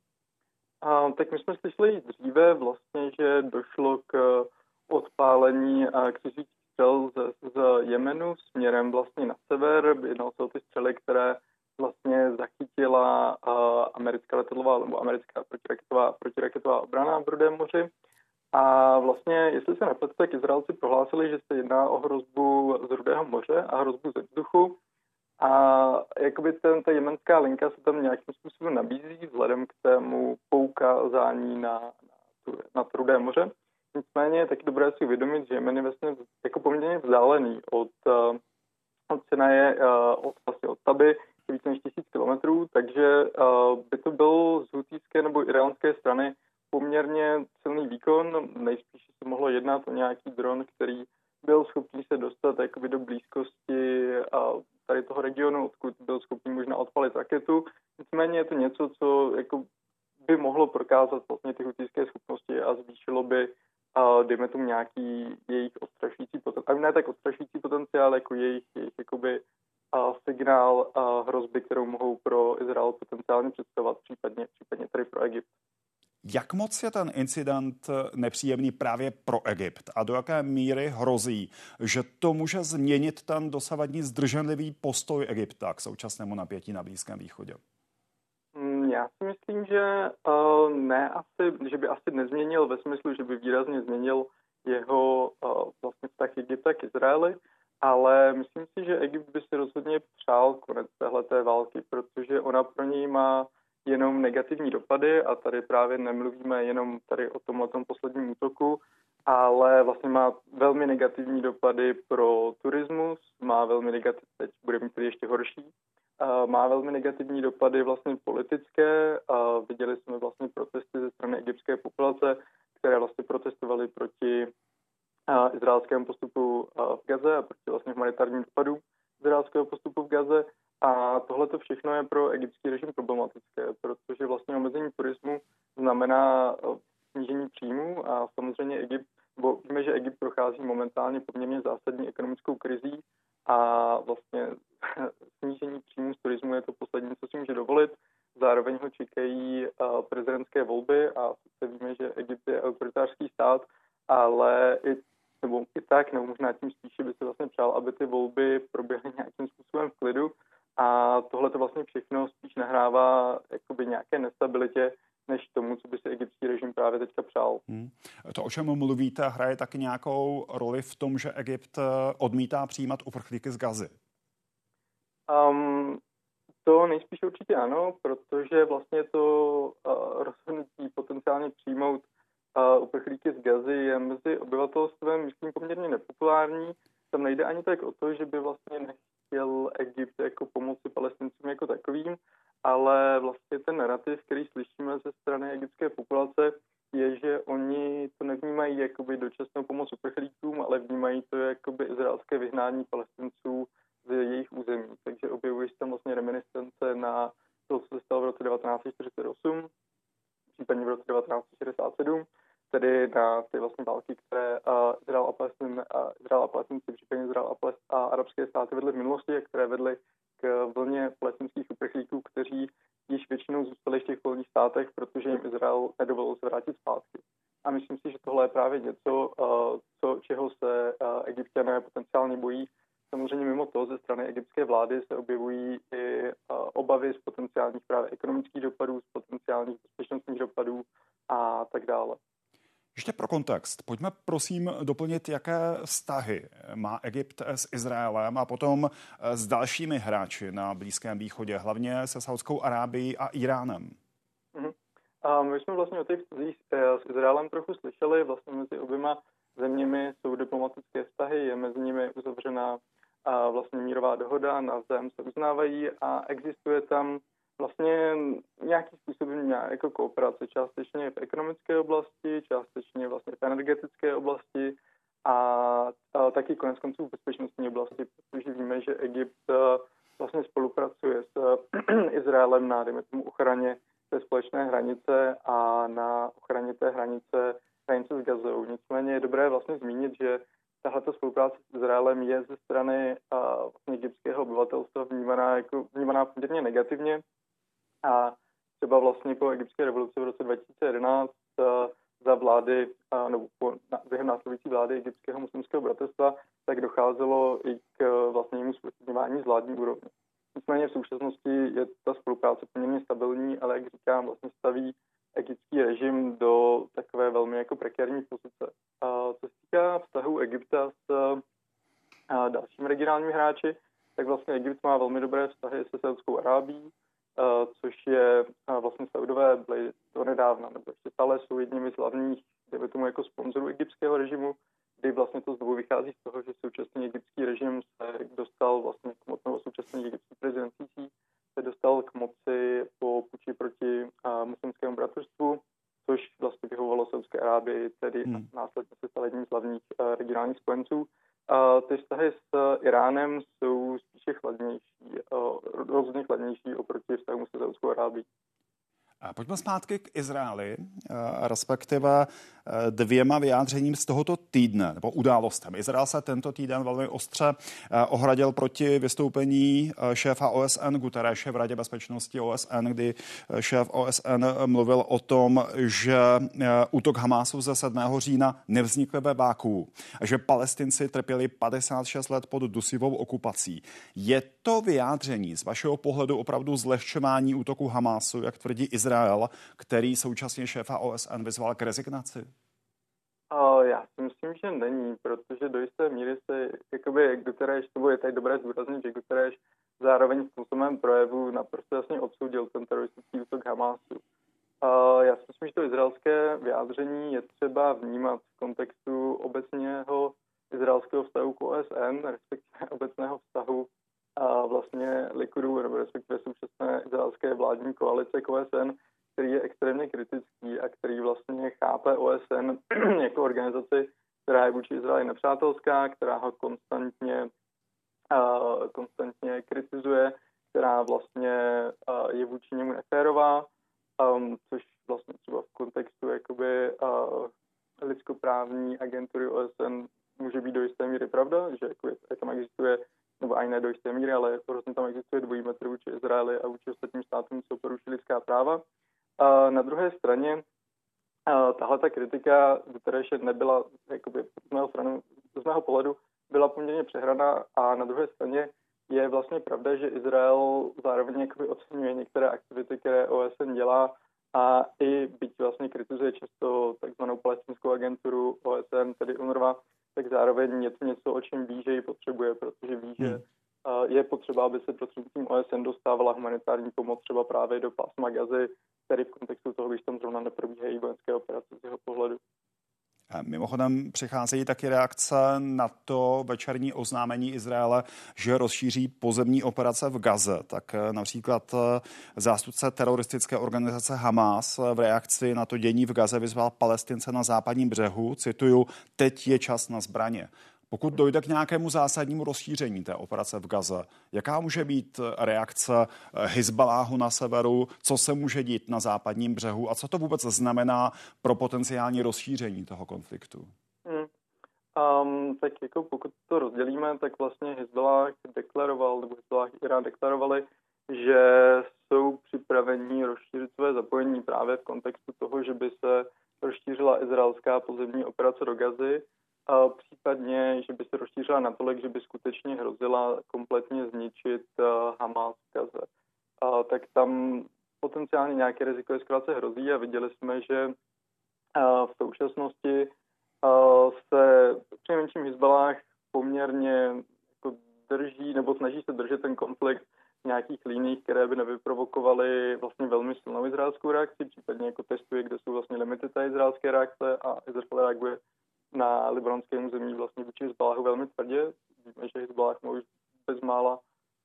A, tak my jsme slyšeli dříve vlastně, že došlo k odpálení křižících střel z, z Jemenu směrem vlastně na sever. Jednalo se o ty střely, které vlastně zachytila uh, americká letadlová nebo americká protiraketová, protiraketová obrana v Rudém moři. A vlastně, jestli se nepletu, tak Izraelci prohlásili, že se jedná o hrozbu z Rudého moře a hrozbu ze vzduchu. A jakoby ten, ta jemenská linka se tam nějakým způsobem nabízí vzhledem k tému poukázání na, na, tu, na to Rudé moře. Nicméně je taky dobré si uvědomit, že Jemen je vlastně jako poměrně vzdálený od, uh, od Sinaje, uh, od, vlastně od Taby, více než tisíc kilometrů, takže uh, by to byl z hutijské nebo iránské strany poměrně silný výkon. Nejspíš se mohlo jednat o nějaký dron, který byl schopný se dostat jakoby do blízkosti uh, tady toho regionu, odkud byl schopný možná odpalit raketu. Nicméně je to něco, co jako by mohlo prokázat vlastně ty hutijské schopnosti a zvýšilo by, uh, dejme tomu, nějaký jejich odstrašující potenciál. Ne tak odstrašující potenciál, jako jejich, jejich jakoby a signál a hrozby, kterou mohou pro Izrael potenciálně představovat, případně, případně tady pro Egypt. Jak moc je ten incident nepříjemný právě pro Egypt a do jaké míry hrozí, že to může změnit ten dosavadní zdrženlivý postoj Egypta k současnému napětí na Blízkém východě? Já si myslím, že uh, ne asi, že by asi nezměnil ve smyslu, že by výrazně změnil jeho uh, vlastně vztah Egypta k Izraeli, ale myslím si, že Egypt by si rozhodně přál konec téhleté války, protože ona pro něj má jenom negativní dopady a tady právě nemluvíme jenom tady o tomhletom posledním útoku, ale vlastně má velmi negativní dopady pro turismus, má velmi negativní, teď bude mít tedy ještě horší, má velmi negativní dopady vlastně politické a viděli jsme vlastně protesty ze strany egyptské populace, které vlastně protestovaly proti izraelskému postupu v Gaze a proti vlastně humanitárním dopadům izraelského postupu v Gaze. A tohle to všechno je pro egyptský režim problematické, protože vlastně omezení turismu znamená snížení příjmů a samozřejmě Egypt, bo víme, že Egypt prochází momentálně poměrně zásadní ekonomickou krizí a vlastně snížení příjmů z turismu je to poslední, co si může dovolit. Zároveň ho čekají prezidentské volby a sice víme, že Egypt je autoritářský stát, ale i nebo i tak, nebo možná tím spíše by se vlastně přál, aby ty volby proběhly nějakým způsobem v klidu a tohle to vlastně všechno spíš nahrává jakoby nějaké nestabilitě, než tomu, co by si egyptský režim právě teďka přál. Hmm. To, o čem mluvíte, hraje taky nějakou roli v tom, že Egypt odmítá přijímat uprchlíky z Gazy? Um, to nejspíš určitě ano, protože vlastně to uh, rozhodnutí potenciálně přijmout Uh, uprchlíky z Gazy je mezi obyvatelstvem, myslím, poměrně nepopulární. Tam nejde ani tak o to, že by vlastně nechtěl Egypt jako pomoci Palestincům jako takovým, ale vlastně ten narrativ, který slyšíme ze strany egyptské populace, je, že oni to nevnímají jakoby dočasnou pomoc uprchlíkům, ale vnímají to jakoby izraelské vyhnání Palestinců z jejich území. Takže objevují se tam vlastně reminiscence na to, co se stalo v roce devatenáct set čtyřicet osm, případně v roce devatenáct set šedesát sedm, tedy na ty vlastně války, které uh, Izrael a Palestin, uh, Izrael a Palestinci, případně Izrael a, Palest, a arabské státy vedly v minulosti, a které vedly k vlně palestinských uprchlíků, kteří již většinou zůstali v těch volných státech, protože jim Izrael nedovolil se vrátit zpátky. A myslím si, že tohle je právě něco, co, čeho se Egypťané potenciálně bojí. Samozřejmě mimo to ze strany egyptské vlády se objevují i obavy z potenciálních právě ekonomických dopadů, z potenciálních bezpečnostních dopadů a tak dále. Ještě pro kontext, pojďme prosím doplnit, jaké vztahy má Egypt s Izraelem a potom s dalšími hráči na Blízkém východě, hlavně se Saudskou Arábií a Iránem. Mhm. A my jsme vlastně o těch vztazích s Izraelem trochu slyšeli, vlastně mezi oběma zeměmi jsou diplomatické vztahy, je mezi nimi uzavřená a vlastně mírová dohoda, navzájem se uznávají a existuje tam vlastně nějakým způsobem jako kooperace, částečně v ekonomické oblasti, částečně vlastně v energetické oblasti a, a taky konec konců v bezpečnostní oblasti, protože víme, že Egypt vlastně spolupracuje s Izraelem na, dejme tomu, ochraně té společné hranice a na ochraně té hranice, hranice s Gazou. Nicméně je dobré vlastně zmínit, že tahle spolupráce s Izraelem je ze strany uh, vlastně egyptského obyvatelstva vnímaná, jako, vnímaná poměrně negativně. A třeba vlastně po egyptské revoluci v roce dva tisíce jedenáct uh, za vlády, uh, nebo po na, během následující vlády egyptského muslimského bratrstva, tak docházelo i k uh, vlastnímu zpochybňování z vládní úrovně. Nicméně v současnosti je ta spolupráce poměrně stabilní, ale jak říkám, vlastně staví egyptský režim do takové velmi jako prekérní pozice. A co se týká vztahu Egypta s a dalšími regionálními hráči, tak vlastně Egypt má velmi dobré vztahy se Saudskou Arábií, což je vlastně Saudové byli do nedávna, nebo ještě stále jsou jedními z hlavních, dejme tomu jako sponzorů egyptského režimu, kdy vlastně to znovu vychází z toho, že současný egyptský režim se dostal vlastně k moci, nebo současný egyptský prezident Sisi se dostal k moci po puči proti uh, muslimskému bratrstvu, což vlastně vyhovovalo Saudské Arábii, tedy hmm. následně se stal jedním z hlavních uh, regionálních spojenců. Uh, ty vztahy s Iránem jsou spíše chladnější, uh, rozhodně chladnější oproti vztahům se Saudskou Arábií. Pojďme zpátky k Izraeli, respektive dvěma vyjádřením z tohoto týdne, nebo událostem. Izrael se tento týden velmi ostře ohradil proti vystoupení šéfa O S N Guterreše v Radě bezpečnosti O S N, kdy šéf O S N mluvil o tom, že útok Hamásu ze sedmého října nevznikl ve vákuu a že Palestinci trpěli padesát šest let pod dusivou okupací. Je to vyjádření z vašeho pohledu opravdu zlehčování útoku Hamásu, jak tvrdí Izrael, který současně šéfa O S N vyzval k rezignaci? Uh, já si myslím, že není, protože do jisté míry se, jakoby Guterres, nebo je tady dobré zdůraznit, že Guterres zároveň v tom samém projevu naprosto jasně odsoudil ten teroristický útok Hamásu. Uh, já si myslím, že to izraelské vyjádření je třeba vnímat v kontextu obecného izraelského vztahu k O S N, respektive obecného vztahu a vlastně Likudu, nebo respektive současné izraelské vládní koalice k O S N, který je extrémně kritický a který vlastně chápe O S N jako organizaci, která je vůči Izraeli nepřátelská, která ho konstantně, uh, konstantně kritizuje, která vlastně uh, je vůči němu neférová, um, což vlastně třeba v kontextu jakoby uh, lidskoprávní agentury O S N může být do jisté míry pravda, že jako je, tam existuje, nebo ani ne do jisté míry, ale prostě tam existuje dvojí metr vůči Izraeli a vůči ostatním státům, co poruší lidská práva. A na druhé straně tahle ta kritika Guterreše nebyla, jakoby, z mého, stranu, z mého pohledu, byla poměrně přehraná a na druhé straně je vlastně pravda, že Izrael zároveň jakoby oceňuje některé aktivity, které O S N dělá a i byť vlastně kritizuje často takzvanou palestinskou agenturu O S N, tedy UNRWA, tak zároveň něco, něco, o čem ví, že ji potřebuje, protože ví, že je potřeba, aby se prostřednictvím O S N dostávala humanitární pomoc třeba právě do pásma Gazy, tedy v kontextu toho, když tam zrovna neprobíhají vojenské operace z jeho pohledu. Mimochodem přicházejí taky reakce na to večerní oznámení Izraele, že rozšíří pozemní operace v Gaze. Tak například zástupce teroristické organizace Hamas v reakci na to dění v Gaze vyzval Palestince na západním břehu, cituju, teď je čas na zbraně. Pokud dojde k nějakému zásadnímu rozšíření té operace v Gaze, jaká může být reakce Hizbaláhu na severu, co se může dít na západním břehu a co to vůbec znamená pro potenciální rozšíření toho konfliktu? Hmm. Um, tak jako pokud to rozdělíme, tak vlastně Hizbalách deklaroval, nebo Hizbalách Irán deklarovali, že jsou připraveni rozšířit své zapojení právě v kontextu toho, že by se rozšířila izraelská pozemní operace do Gazy, a případně, že by se rozšířila natolik, že by skutečně hrozila kompletně zničit Hamas v Gaze. A tak tam potenciálně nějaké riziko eskalace hrozí a viděli jsme, že v současnosti se při nejmenším Hizbalách poměrně jako drží nebo snaží se držet ten konflikt v nějakých líních, které by nevyprovokovaly vlastně velmi silnou izraelskou reakci, případně jako testuje, kde jsou vlastně limity té izraelské reakce a Izrael reaguje na libanonském území vlastně vůči Hizbaláhu velmi tvrdě. Víme, že Hizbalách má už bezmála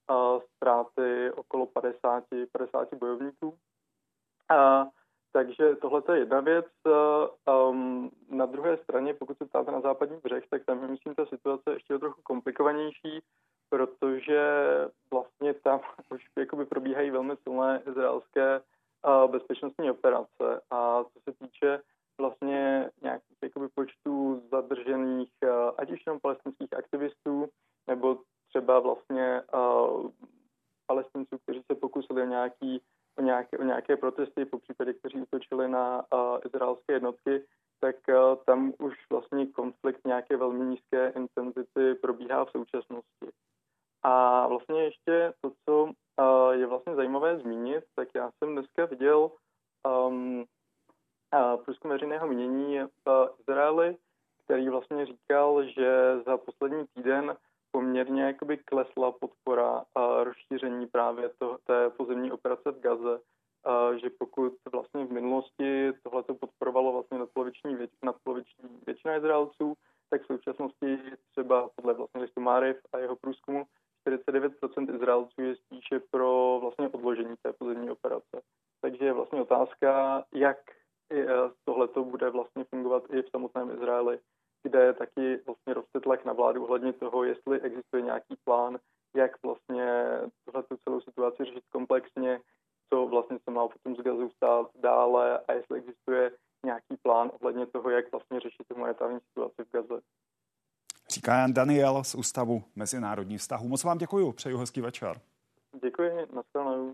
ztráty okolo padesát, padesát bojovníků. A, takže tohle je jedna věc. Um, na druhé straně, pokud se ptáte na západní břeh, tak tam je, myslím, ta situace ještě trochu komplikovanější, protože vlastně tam už jakoby probíhají velmi silné izraelské uh, bezpečnostní operace. A co se týče vlastně nějakých jakoby počtů zadržených, uh, ať už jenom palestinských aktivistů, nebo třeba vlastně uh, Palestinců, kteří se pokusili o, nějaký, o, nějaké, o nějaké protesty, po případě, kteří útočili na uh, izraelské jednotky, tak uh, tam už vlastně konflikt nějaké velmi nízké intenzity probíhá v současnosti. A vlastně ještě to, co uh, je vlastně zajímavé zmínit, tak já jsem dneska viděl um, uh, průzkum veřejného mínění v Izraeli, který vlastně říkal, že za poslední týden poměrně jakoby klesla podpora a rozšíření právě to, té pozemní operace v Gaze, a že pokud vlastně v minulosti tohleto podporovalo vlastně nadpoloviční, věč, nadpoloviční většina Izraelců, tak v současnosti třeba podle vlastně listu Maariv a jeho průzkumu čtyřicet devět procent Izraelců je spíše pro vlastně odložení té pozemní operace. Takže je vlastně otázka, jak tohleto bude vlastně fungovat i v samotném Izraeli, kde taky vlastně roste tlak na vládu ohledně toho, jestli existuje nějaký plán, jak vlastně tu celou situaci řešit komplexně, co vlastně se má potom z Gazu stát dále a jestli existuje nějaký plán ohledně toho, jak vlastně řešit humanitární situaci v Gaze. Říká Jan Daniel z Ústavu mezinárodních vztahů. Moc vám děkuju, přeju hezký večer. Děkuji, nashledanou.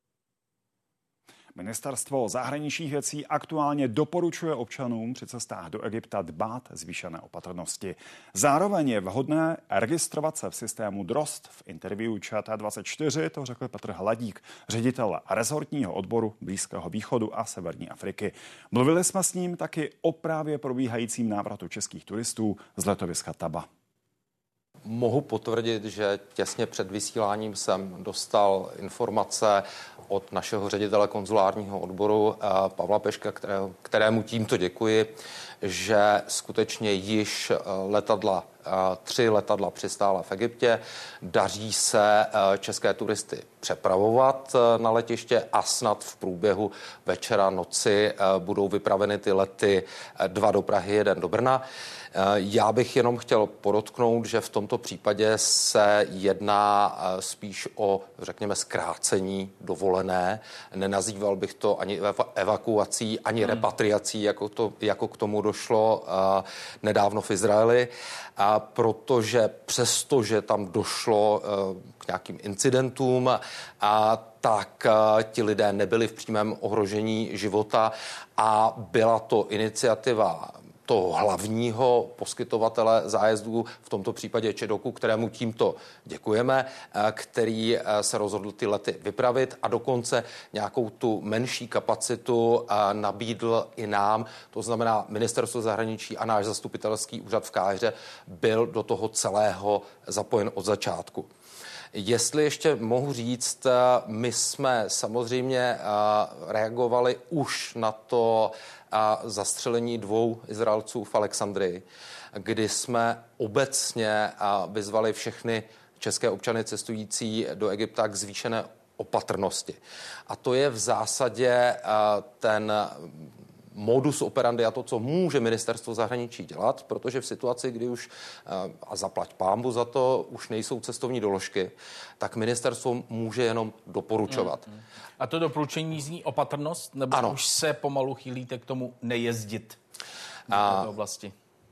Ministerstvo zahraničních věcí aktuálně doporučuje občanům při cestách do Egypta dbát zvýšené opatrnosti. Zároveň je vhodné registrovat se v systému Drost. V interview Č T dvacet čtyři to řekl Petr Hladík, ředitel rezortního odboru Blízkého východu a Severní Afriky. Mluvili jsme s ním taky o právě probíhajícím návratu českých turistů z letoviska Taba. Mohu potvrdit, že těsně před vysíláním jsem dostal informace od našeho ředitele konzulárního odboru Pavla Peška, kterého, kterému tímto děkuji, že skutečně již letadla, tři letadla přistála v Egyptě. Daří se české turisty přepravovat na letiště a snad v průběhu večera, noci budou vypraveny ty lety dva do Prahy, jeden do Brna. Já bych jenom chtěl podotknout, že v tomto případě se jedná spíš o, řekněme, zkrácení dovolené. Nenazýval bych to ani evakuací, ani hmm. repatriací, jako, to, jako k tomu došlo nedávno v Izraeli, a protože přestože tam došlo k nějakým incidentům, a tak ti lidé nebyli v přímém ohrožení života a byla to iniciativa toho hlavního poskytovatele zájezdů, v tomto případě Čedoku, kterému tímto děkujeme, který se rozhodl ty lety vypravit a dokonce nějakou tu menší kapacitu nabídl i nám. To znamená, Ministerstvo zahraničí a náš zastupitelský úřad v Káhiře byl do toho celého zapojen od začátku. Jestli ještě mohu říct, my jsme samozřejmě reagovali už na to zastřelení dvou Izraelců v Alexandrii, kdy jsme obecně vyzvali všechny české občany cestující do Egypta k zvýšené opatrnosti. A to je v zásadě ten modus operandi a to, co může ministerstvo zahraničí dělat, protože v situaci, kdy už, a zaplať pánbu za to, už nejsou cestovní doložky, tak ministerstvo může jenom doporučovat. Hmm. A to doporučení zní opatrnost, nebo ano. Už se pomalu chýlíte k tomu nejezdit do této oblasti?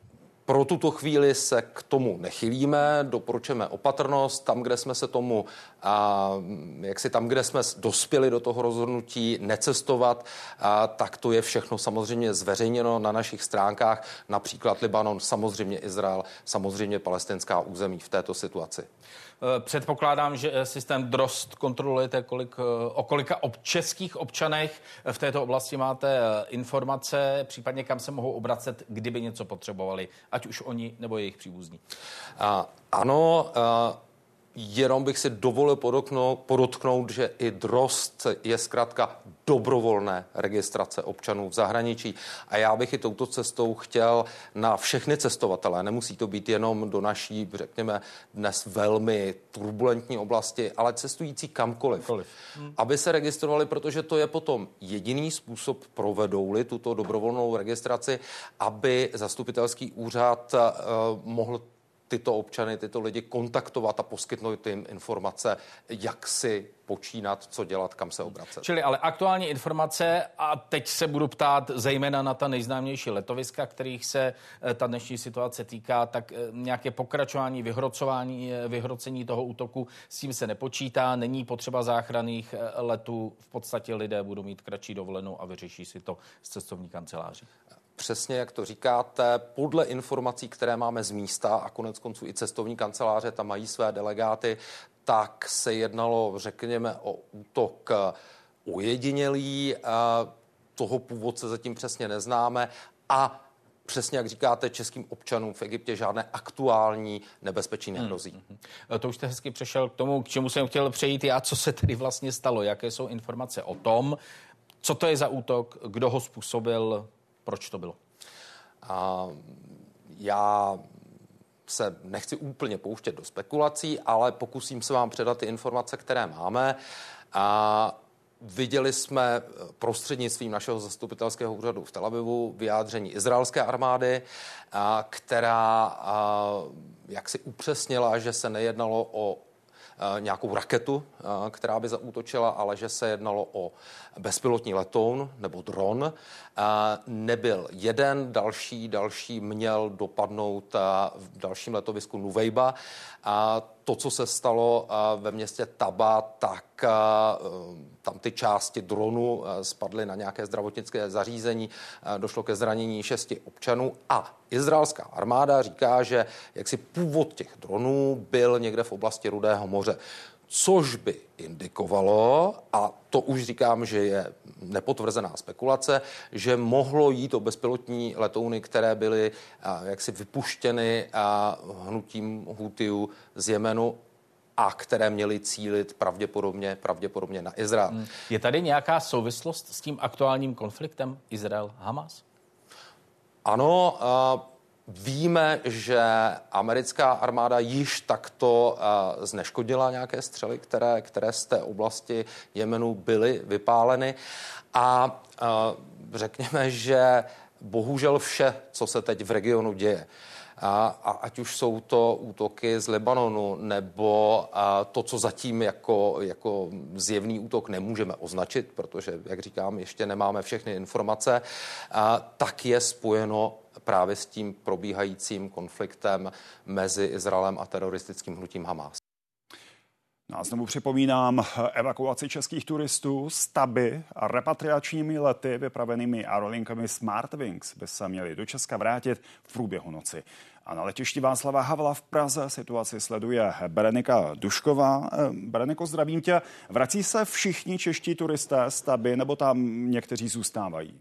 Pro tuto chvíli se k tomu nechylíme, doporučujeme opatrnost. Tam, kde jsme se tomu, a, jak si tam, kde jsme dospěli do toho rozhodnutí necestovat, a, tak to je všechno samozřejmě zveřejněno na našich stránkách, například Libanon, samozřejmě Izrael, samozřejmě palestinská území v této situaci. Předpokládám, že systém Drozd kontrolujete, kolik, o kolika ob, českých občanech v této oblasti máte informace, případně kam se mohou obracet, kdyby něco potřebovali, ať už oni nebo jejich příbuzní. A, ano, a, jenom bych si dovolil podotknout, podotknout, že i Drozd je zkrátka dobrovolné registrace občanů v zahraničí. A já bych i touto cestou chtěl na všechny cestovatele, nemusí to být jenom do naší, řekněme, dnes velmi turbulentní oblasti, ale cestující kamkoliv, hmm. aby se registrovali, protože to je potom jediný způsob, provedou-li tuto dobrovolnou registraci, aby zastupitelský úřad uh, mohl tyto občany, tyto lidi kontaktovat a poskytnout jim informace, jak si počínat, co dělat, kam se obracet. Čili ale aktuální informace, a teď se budu ptát zejména na ta nejznámější letoviska, kterých se ta dnešní situace týká, tak nějaké pokračování, vyhrocování, vyhrocení toho útoku, s tím se nepočítá, není potřeba záchranných letů, v podstatě lidé budou mít kratší dovolenou a vyřeší si to z cestovní kanceláří. Přesně jak to říkáte, podle informací, které máme z místa a konec konců i cestovní kanceláře tam mají své delegáty, tak se jednalo, řekněme, o útok ojedinělý, toho původce zatím přesně neznáme a přesně jak říkáte, českým občanům v Egyptě žádné aktuální nebezpečí nehrozí. Hmm. To už jste hezky přešel k tomu, k čemu jsem chtěl přejít já, co se tedy vlastně stalo, jaké jsou informace o tom, co to je za útok, kdo ho způsobil, proč to bylo? A já se nechci úplně pouštět do spekulací, ale pokusím se vám předat ty informace, které máme. A viděli jsme prostřednictvím našeho zastupitelského úřadu v Tel Avivu vyjádření izraelské armády, a která a, jak si upřesnila, že se nejednalo o nějakou raketu, která by zaútočila, ale že se jednalo o bezpilotní letoun nebo dron. Nebyl jeden, další, další měl dopadnout v dalším letovisku Nuvejba. To, co se stalo ve městě Taba, tak tam ty části dronu spadly na nějaké zdravotnické zařízení, došlo ke zranění šesti občanů a izraelská armáda říká, že jaksi původ těch dronů byl někde v oblasti Rudého moře. Což by indikovalo, a to už říkám, že je nepotvrzená spekulace, že mohlo jít o bezpilotní letouny, které byly a, jaksi vypuštěny a, hnutím Hutiů z Jemenu a které měly cílit pravděpodobně, pravděpodobně na Izrael. Hmm. Je tady nějaká souvislost s tím aktuálním konfliktem Izrael-Hamas? Ano, a víme, že americká armáda již takto uh, zneškodila nějaké střely, které, které z té oblasti Jemenu byly vypáleny. A uh, řekněme, že bohužel vše, co se teď v regionu děje, a, a ať už jsou to útoky z Libanonu, nebo a, to, co zatím jako, jako zjevný útok nemůžeme označit, protože, jak říkám, ještě nemáme všechny informace, a, tak je spojeno právě s tím probíhajícím konfliktem mezi Izraelem a teroristickým hnutím Hamas. No a znovu připomínám evakuaci českých turistů z Taby a repatriačními lety vypravenými aerolinkami Smartwings by se měli do Česka vrátit v průběhu noci. A na letišti Václava Havla v Praze situaci sleduje Berenika Dušková. Bereniko, zdravím tě. Vrací se všichni čeští turisté z Taby, nebo tam někteří zůstávají?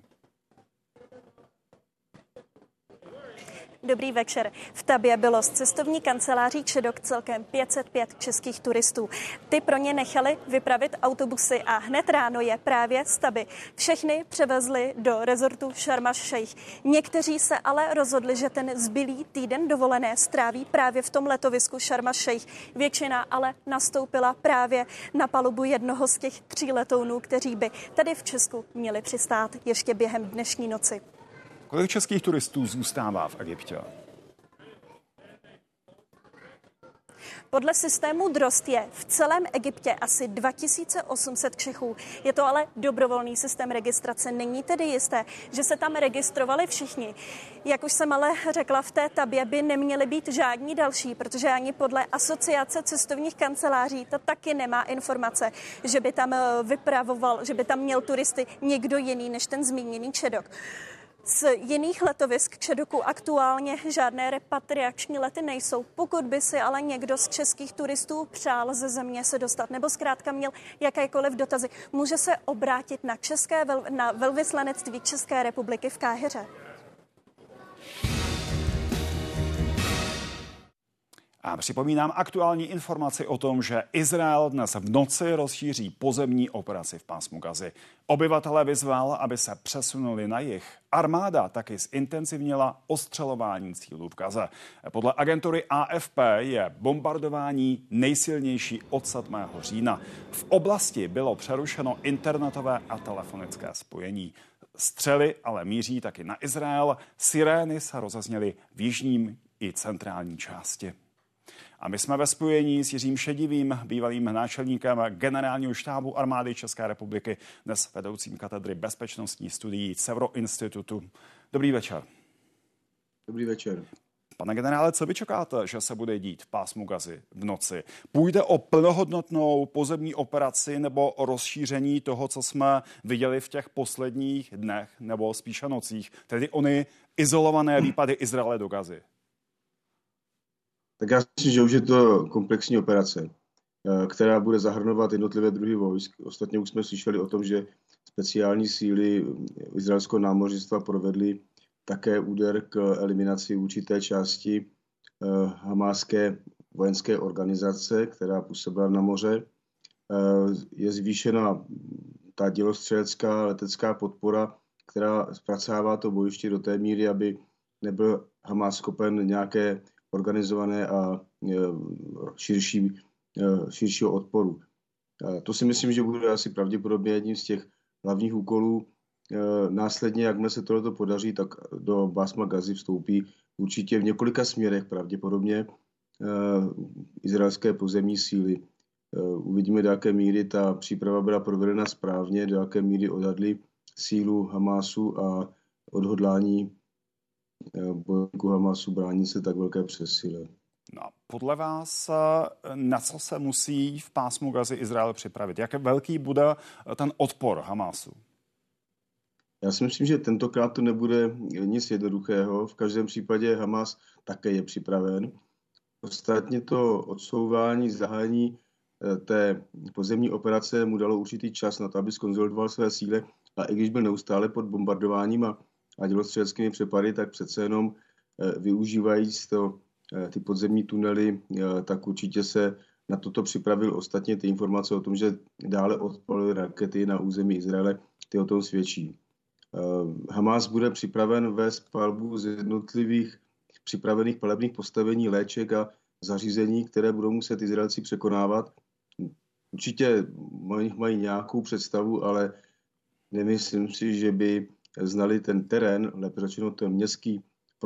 Dobrý večer. V Tabě bylo z cestovní kanceláří ČEDOK celkem pět set pět českých turistů. Ty pro ně nechali vypravit autobusy a hned ráno je právě z Taby všechny převezli do rezortu Sharm el-Sheikh. Někteří se ale rozhodli, že ten zbylý týden dovolené stráví právě v tom letovisku Sharm el-Sheikh. Většina ale nastoupila právě na palubu jednoho z těch tří letounů, kteří by tady v Česku měli přistát ještě během dnešní noci. Kolik českých turistů zůstává v Egyptě? Podle systému Drozd je v celém Egyptě asi dva tisíce osm set Čechů. Je to ale dobrovolný systém registrace. Není tedy jisté, že se tam registrovali všichni. Jak už jsem ale řekla, v té tabě by neměly být žádní další, protože ani podle Asociace cestovních kanceláří to taky nemá informace, že by tam vypravoval, že by tam měl turisty někdo jiný než ten zmíněný Čedok. Z jiných letovisk k Čedoku aktuálně žádné repatriační lety nejsou. Pokud by si ale někdo z českých turistů přál ze země se dostat nebo zkrátka měl jakékoliv dotazy, může se obrátit na, české, na velvyslanectví České republiky v Káhiře. A připomínám aktuální informaci o tom, že Izrael dnes v noci rozšíří pozemní operaci v pásmu Gazy. Obyvatele vyzval, aby se přesunuli na jih. Armáda taky zintenzivnila ostřelování cílů v Gaze. Podle agentury A F P je bombardování nejsilnější od sedmého října. V oblasti bylo přerušeno internetové a telefonické spojení. Střely ale míří taky na Izrael. Sirény se rozezněly v jižním i centrální části. A my jsme ve spojení s Jiřím Šedivým, bývalým náčelníkem generálního štábu armády České republiky, dnes vedoucím katedry bezpečnostních studií Cevro institutu. Dobrý večer. Dobrý večer. Pane generále, co vy čekáte, že se bude dít v pásmu Gazy v noci? Půjde o plnohodnotnou pozemní operaci nebo o rozšíření toho, co jsme viděli v těch posledních dnech nebo spíše nocích, tedy ony izolované výpady Izraele do Gazy? Tak já myslím, že už je to komplexní operace, která bude zahrnovat jednotlivé druhy vojsk. Ostatně už jsme slyšeli o tom, že speciální síly izraelského námořnictva provedly také úder k eliminaci určité části hamáské vojenské organizace, která působila na moře. Je zvýšena ta dělostřelecká letecká podpora, která zpracává to bojiště do té míry, aby nebyl Hamás schopen nějaké organizované a širší, širšího odporu. To si myslím, že bude asi pravděpodobně jedním z těch hlavních úkolů. Následně, jakmile se tohleto podaří, tak do pásma Gazy vstoupí určitě v několika směrech pravděpodobně izraelské pozemní síly. Uvidíme, do jaké míry ta příprava byla provedena správně, do jaké míry odhadli sílu Hamásu a odhodlání bojovníků Hamasu brání se tak velké přesile. No, podle vás, na co se musí v pásmu Gazy Izrael připravit? Jak velký bude ten odpor Hamasu? Já si myslím, že tentokrát to nebude nic jednoduchého. V každém případě Hamas také je připraven. Ostatně to odsouvání, zahájení té pozemní operace mu dalo určitý čas na to, aby zkonzolidoval své síly. A i když byl neustále pod bombardováním a a dělostřeleckými přepady, tak přece jenom využívají to, ty podzemní tunely, tak určitě se na toto připravil. Ostatně ty informace o tom, že dále odpalily rakety na území Izraele, ty o tom svědčí. Hamás bude připraven vést palbu z jednotlivých připravených palebných postavení, léček a zařízení, které budou muset Izraelci překonávat. Určitě mají, mají nějakou představu, ale nemyslím si, že by znali ten terén, lépe řečeno ten městský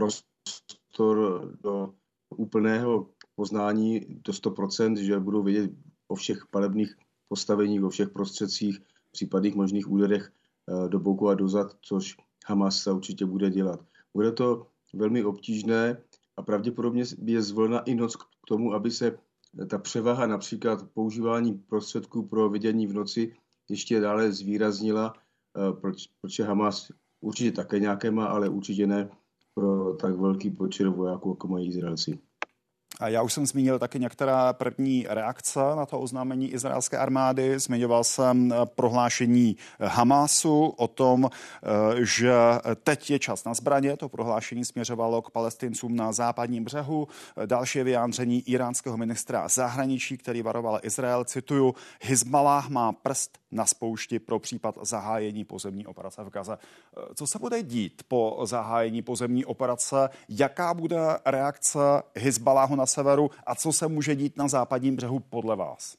prostor do úplného poznání do sto procent, že budou vědět o všech palebných postaveních, o všech prostředcích, případných možných úderech do boku a dozad, což Hamas se určitě bude dělat. Bude to velmi obtížné a pravděpodobně je zvolena i noc k tomu, aby se ta převaha například používání prostředků pro vidění v noci ještě dále zvýraznila, proč, protože Hamas určitě také nějaké má, ale určitě ne pro tak velký počet vojáků, jako mají Izraelci. A já už jsem zmínil taky některé první reakce na to oznámení izraelské armády. Zmiňoval jsem prohlášení Hamásu o tom, že teď je čas na zbraně. To prohlášení směřovalo k Palestincům na západním břehu. Další vyjádření iránského ministra zahraničí, který varoval Izrael, cituju, Hizballáh má prst na spoušti pro případ zahájení pozemní operace v Gaze. Co se bude dít po zahájení pozemní operace? Jaká bude reakce Hizballáhu na severu a co se může dít na západním břehu podle vás?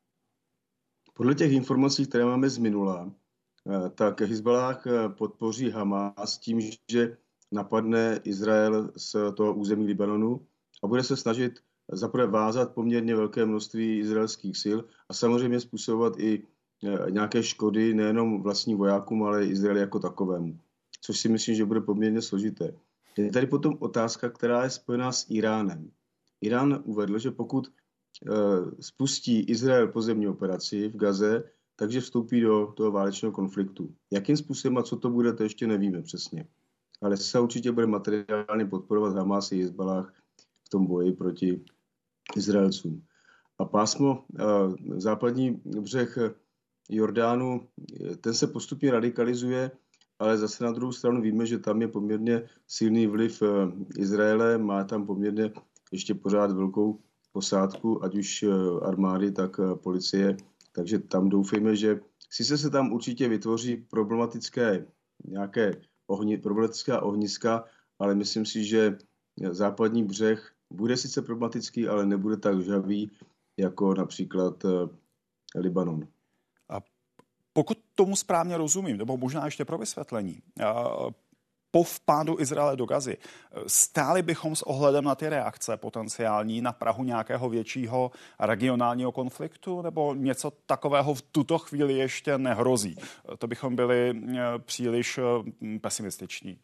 Podle těch informací, které máme z minula, tak Hizballáh podpoří Hamás tím, že napadne Izrael z toho území Libanonu a bude se snažit zaprvé vázat poměrně velké množství izraelských sil a samozřejmě způsobovat i nějaké škody nejenom vlastním vojákům, ale i Izraeli jako takovému. Což si myslím, že bude poměrně složité. Je tady potom otázka, která je spojená s Iránem. Irán uvedl, že pokud spustí Izrael pozemní operaci v Gaze, takže vstoupí do toho válečného konfliktu. Jakým způsobem a co to bude, to ještě nevíme přesně. Ale se určitě bude materiálně podporovat Hamas i Hezballah v tom boji proti Izraelcům. A pásmo, západní břeh Jordánu, ten se postupně radikalizuje, ale zase na druhou stranu víme, že tam je poměrně silný vliv Izraele, má tam poměrně ještě pořád velkou posádku, ať už armády, tak policie. Takže tam doufejme, že sice se tam určitě vytvoří problematické nějaké ohni, problematická ohniska, ale myslím si, že západní břeh bude sice problematický, ale nebude tak žhavý jako například Libanon. A pokud tomu správně rozumím, nebo možná ještě pro vysvětlení, po vpádu Izraele do Gazy stáli bychom s ohledem na ty reakce potenciální na prahu nějakého většího regionálního konfliktu, nebo něco takového v tuto chvíli ještě nehrozí? To bychom byli příliš pesimističní.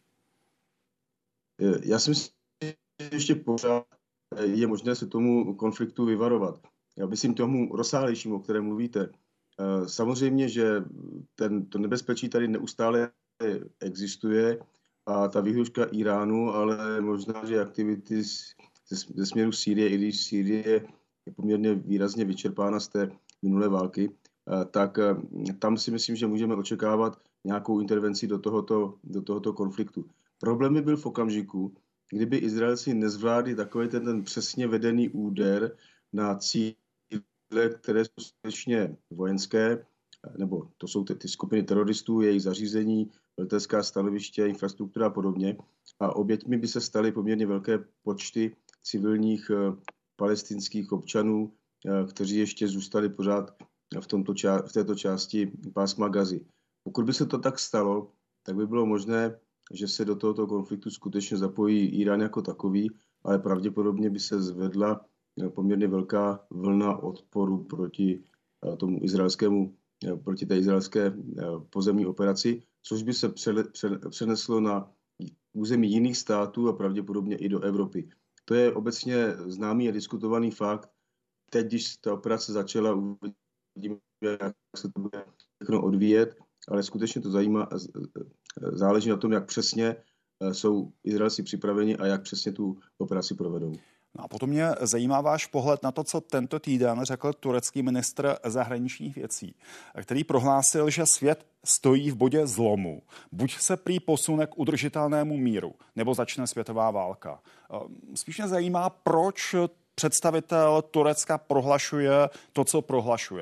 Já si myslím, že ještě pořád je možné se tomu konfliktu vyvarovat. Já myslím tomu rozsáhlejšímu, o kterém mluvíte. Samozřejmě, že ten, to nebezpečí tady neustále existuje, a ta výhruška Iránu, ale možná, že aktivity ze směru Sýrie, i když Sýrie je poměrně výrazně vyčerpána z té minulé války, tak tam si myslím, že můžeme očekávat nějakou intervenci do tohoto, do tohoto konfliktu. Problém by byl v okamžiku, kdyby Izraelci nezvládli takový ten, ten přesně vedený úder na cíle, které jsou skutečně vojenské, nebo to jsou ty, ty skupiny teroristů, jejich zařízení, letecká stanoviště, infrastruktura a podobně. A oběťmi by se staly poměrně velké počty civilních uh, palestinských občanů, uh, kteří ještě zůstali pořád v, tomto ča- v této části pásma Gazy. Pokud by se to tak stalo, tak by bylo možné, že se do tohoto konfliktu skutečně zapojí Irán jako takový, ale pravděpodobně by se zvedla uh, poměrně velká vlna odporu proti uh, tomu izraelskému proti té izraelské pozemní operaci, což by se přeneslo na území jiných států a pravděpodobně i do Evropy. To je obecně známý a diskutovaný fakt. Teď, když ta operace začala, uvidíme, jak se to bude všechno odvíjet, ale skutečně to zajímá, záleží na tom, jak přesně jsou Izraelci připraveni a jak přesně tu operaci provedou. No a potom mě zajímá váš pohled na to, co tento týden řekl turecký ministr zahraničních věcí, který prohlásil, že svět stojí v bodě zlomu. Buď se prý posune k udržitelnému míru, nebo začne světová válka. Spíš mě zajímá, proč představitel Turecka prohlašuje to, co prohlašuje.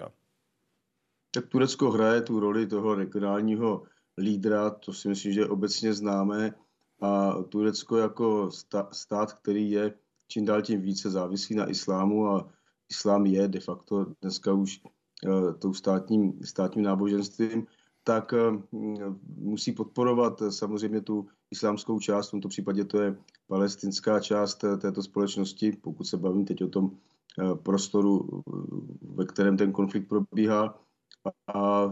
Tak Turecko hraje tu roli toho regionálního lídra, to si myslím, že je obecně známé. A Turecko jako stát, který je čím dál tím více závislý na islámu a islám je de facto dneska už uh, tou státním, státním náboženstvím, tak uh, musí podporovat uh, samozřejmě tu islámskou část, v tomto případě to je palestinská část uh, této společnosti, pokud se bavím teď o tom uh, prostoru, uh, ve kterém ten konflikt probíhá. A, a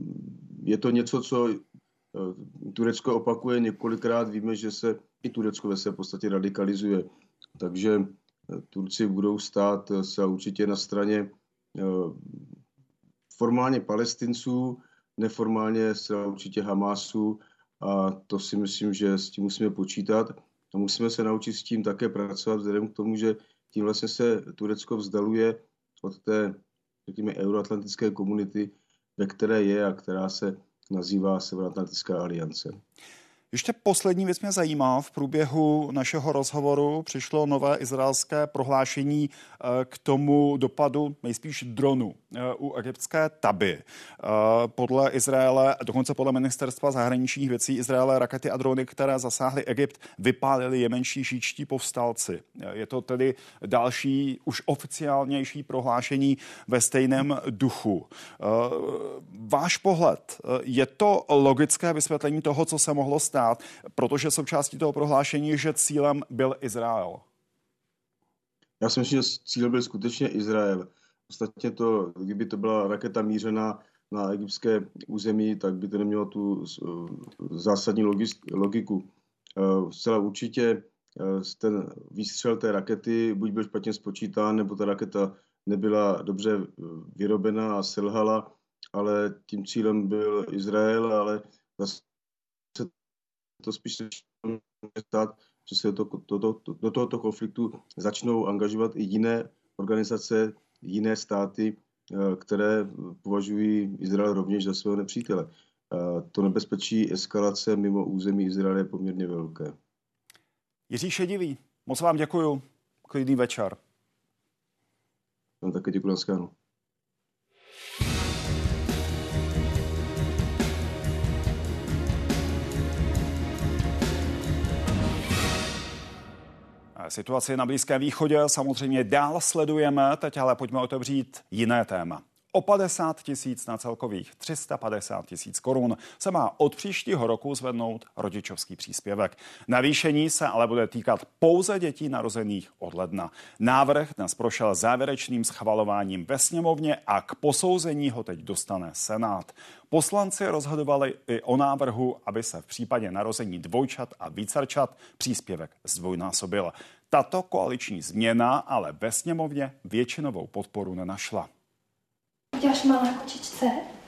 je to něco, co uh, Turecko opakuje několikrát, víme, že se i Turecko ve své podstatě radikalizuje. Takže Turci budou stát se určitě na straně formálně Palestinců, neformálně se určitě Hamásu a to si myslím, že s tím musíme počítat a musíme se naučit s tím také pracovat vzhledem k tomu, že tím vlastně se Turecko vzdaluje od té, řekněme, euroatlantické komunity, ve které je a která se nazývá Severoatlantická aliance. Ještě poslední věc mě zajímá. V průběhu našeho rozhovoru přišlo nové izraelské prohlášení k tomu dopadu nejspíš dronu u egyptské Taby. Podle Izraele, dokonce podle ministerstva zahraničních věcí Izraele, rakety a drony, které zasáhly Egypt, vypálily jemenští šíitští povstalci. Je to tedy další, už oficiálnější prohlášení ve stejném duchu. Váš pohled, je to logické vysvětlení toho, co se mohlo stát, protože součástí toho prohlášení, že cílem byl Izrael? Já si myslím, že cíl byl skutečně Izrael. Ostatně to, kdyby to byla raketa mířená na egyptské území, tak by to nemělo tu zásadní logiku. Zcela určitě ten výstřel té rakety buď byl špatně spočítán, nebo ta raketa nebyla dobře vyrobená a selhala, ale tím cílem byl Izrael, ale zase to spíš stát, že se do, to, do, do tohoto konfliktu začnou angažovat i jiné organizace, jiné státy, které považují Izrael rovněž za svého nepřítele. To nebezpečí eskalace mimo území Izraele je poměrně velké. Jiří Šedivý, moc vám děkuju. Klidný večer. No, také děkuji, na shledanou. Situaci na Blízkém východě samozřejmě dál sledujeme, teď ale pojďme otevřít jiné téma. O padesát tisíc na celkových tři sta padesát tisíc korun se má od příštího roku zvednout rodičovský příspěvek. Navýšení se ale bude týkat pouze dětí narozených od ledna. Návrh dnes prošel závěrečným schvalováním ve sněmovně a k posouzení ho teď dostane Senát. Poslanci rozhodovali i o návrhu, aby se v případě narození dvojčat a vícerčat příspěvek zdvojnásobil. Tato koaliční změna ale ve sněmovně většinovou podporu nenašla. Uděláš malá kočičce?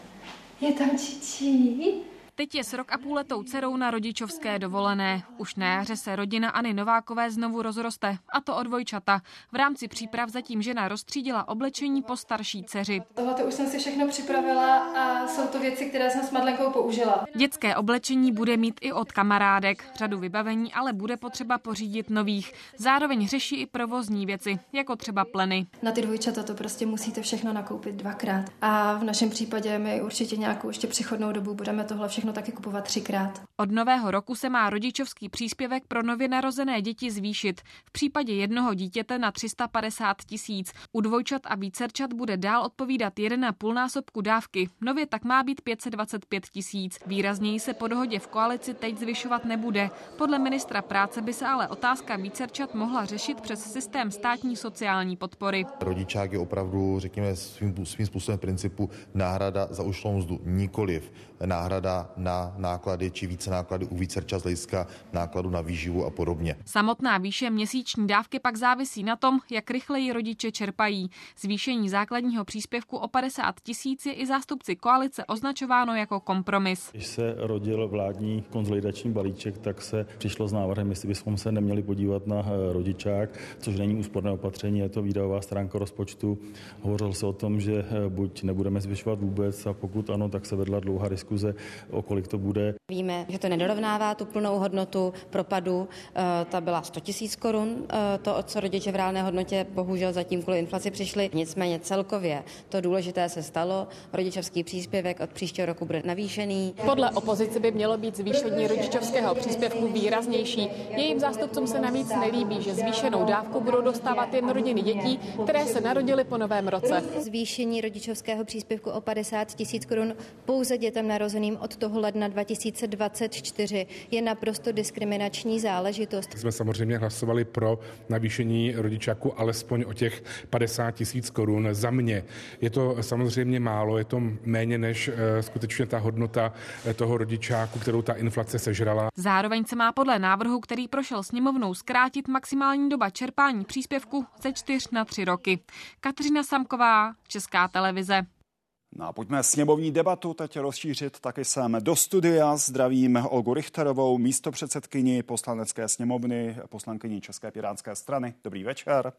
Je tam čičí? Teď je s rok a půl letou dcerou na rodičovské dovolené. Už na jaře se rodina Anny Novákové znovu rozroste, a to o dvojčata. V rámci příprav zatím žena rozstřídila oblečení po starší dceři. Tohle už jsem si všechno připravila a jsou to věci, které jsem s Madlenkou použila. Dětské oblečení bude mít i od kamarádek. Řadu vybavení ale bude potřeba pořídit nových. Zároveň řeší i provozní věci, jako třeba pleny. Na ty dvojčata to prostě musíte všechno nakoupit dvakrát. A v našem případě my určitě nějakou ještě přechodnou dobu budeme tohle všechno taky kupovat třikrát. Od nového roku se má rodičovský příspěvek pro nově narozené děti zvýšit. V případě jednoho dítěte na tři sta padesát tisíc. U dvojčat a vícerčat bude dál odpovídat jeden a půl násobku dávky. Nově tak má být pět set dvacet pět tisíc. Výrazněji se po dohodě v koalici teď zvyšovat nebude. Podle ministra práce by se ale otázka vícerčat mohla řešit přes systém státní sociální podpory. Rodičák je opravdu, řekněme, svým, svým způsobem principu náhrada za ušlou mzdu, nikoliv náhrada na náklady či více náklady u vícerčat z hlediska nákladu na výživu a podobně. Samotná výše měsíční dávky pak závisí na tom, jak rychleji rodiče čerpají. Zvýšení základního příspěvku o padesát tisíc je i zástupci koalice označováno jako kompromis. Když se rodil vládní konsolidační balíček, tak se přišlo s návrhem, jestli bychom se neměli podívat na rodičák, což není úsporné opatření, je to výdajová stránka rozpočtu. Hovořilo se o tom, že buď nebudeme zvyšovat vůbec, a pokud ano, tak se vedla dlouhá diskuze, o kolik to bude. Víme, že to nedorovnává tu plnou hodnotu propadu. Ta byla sto tisíc korun, to, o co rodiče v reálné hodnotě bohužel zatím kvůli inflaci přišli. Nicméně celkově to důležité se stalo. Rodičovský příspěvek od příštího roku bude navýšený. Podle opozice by mělo být zvýšení rodičovského příspěvku výraznější. Jejím zástupcům se navíc nelíbí, že zvýšenou dávku budou dostávat jen rodiny dětí, které se narodily po novém roce. Zvýšení rodičovského příspěvku o padesát tisíc korun pouze dětem narozeným od toho ledna dva tisíce dvacet čtyři je naprosto diskriminační záležitost. Jsme samozřejmě hlasovali pro navýšení rodičáku alespoň o těch padesát tisíc korun. Za mě je to samozřejmě málo, je to méně než skutečně ta hodnota toho rodičáku, kterou ta inflace sežrala. Zároveň se má podle návrhu, který prošel sněmovnou, zkrátit maximální doba čerpání příspěvku ze čtyř na tři roky. Kateřina Samková, Česká televize. No a pojďme sněmovní debatu teď rozšířit taky sem do studia. Zdravím Olgu Richterovou, místopředsedkyni Poslanecké sněmovny, poslankyni České pirátské strany. Dobrý večer.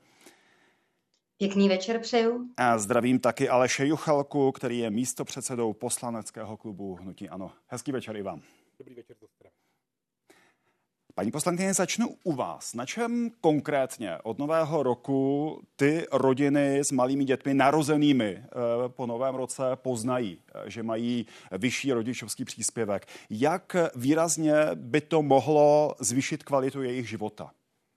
Pěkný večer přeju. A zdravím taky Aleše Juchelku, který je místopředsedou poslaneckého klubu Hnutí ANO. Hezký večer i vám. Dobrý večer, to zdravím. Paní poslankyně, začnu u vás. Na čem konkrétně od nového roku ty rodiny s malými dětmi narozenými po novém roce poznají, že mají vyšší rodičovský příspěvek? Jak výrazně by to mohlo zvýšit kvalitu jejich života?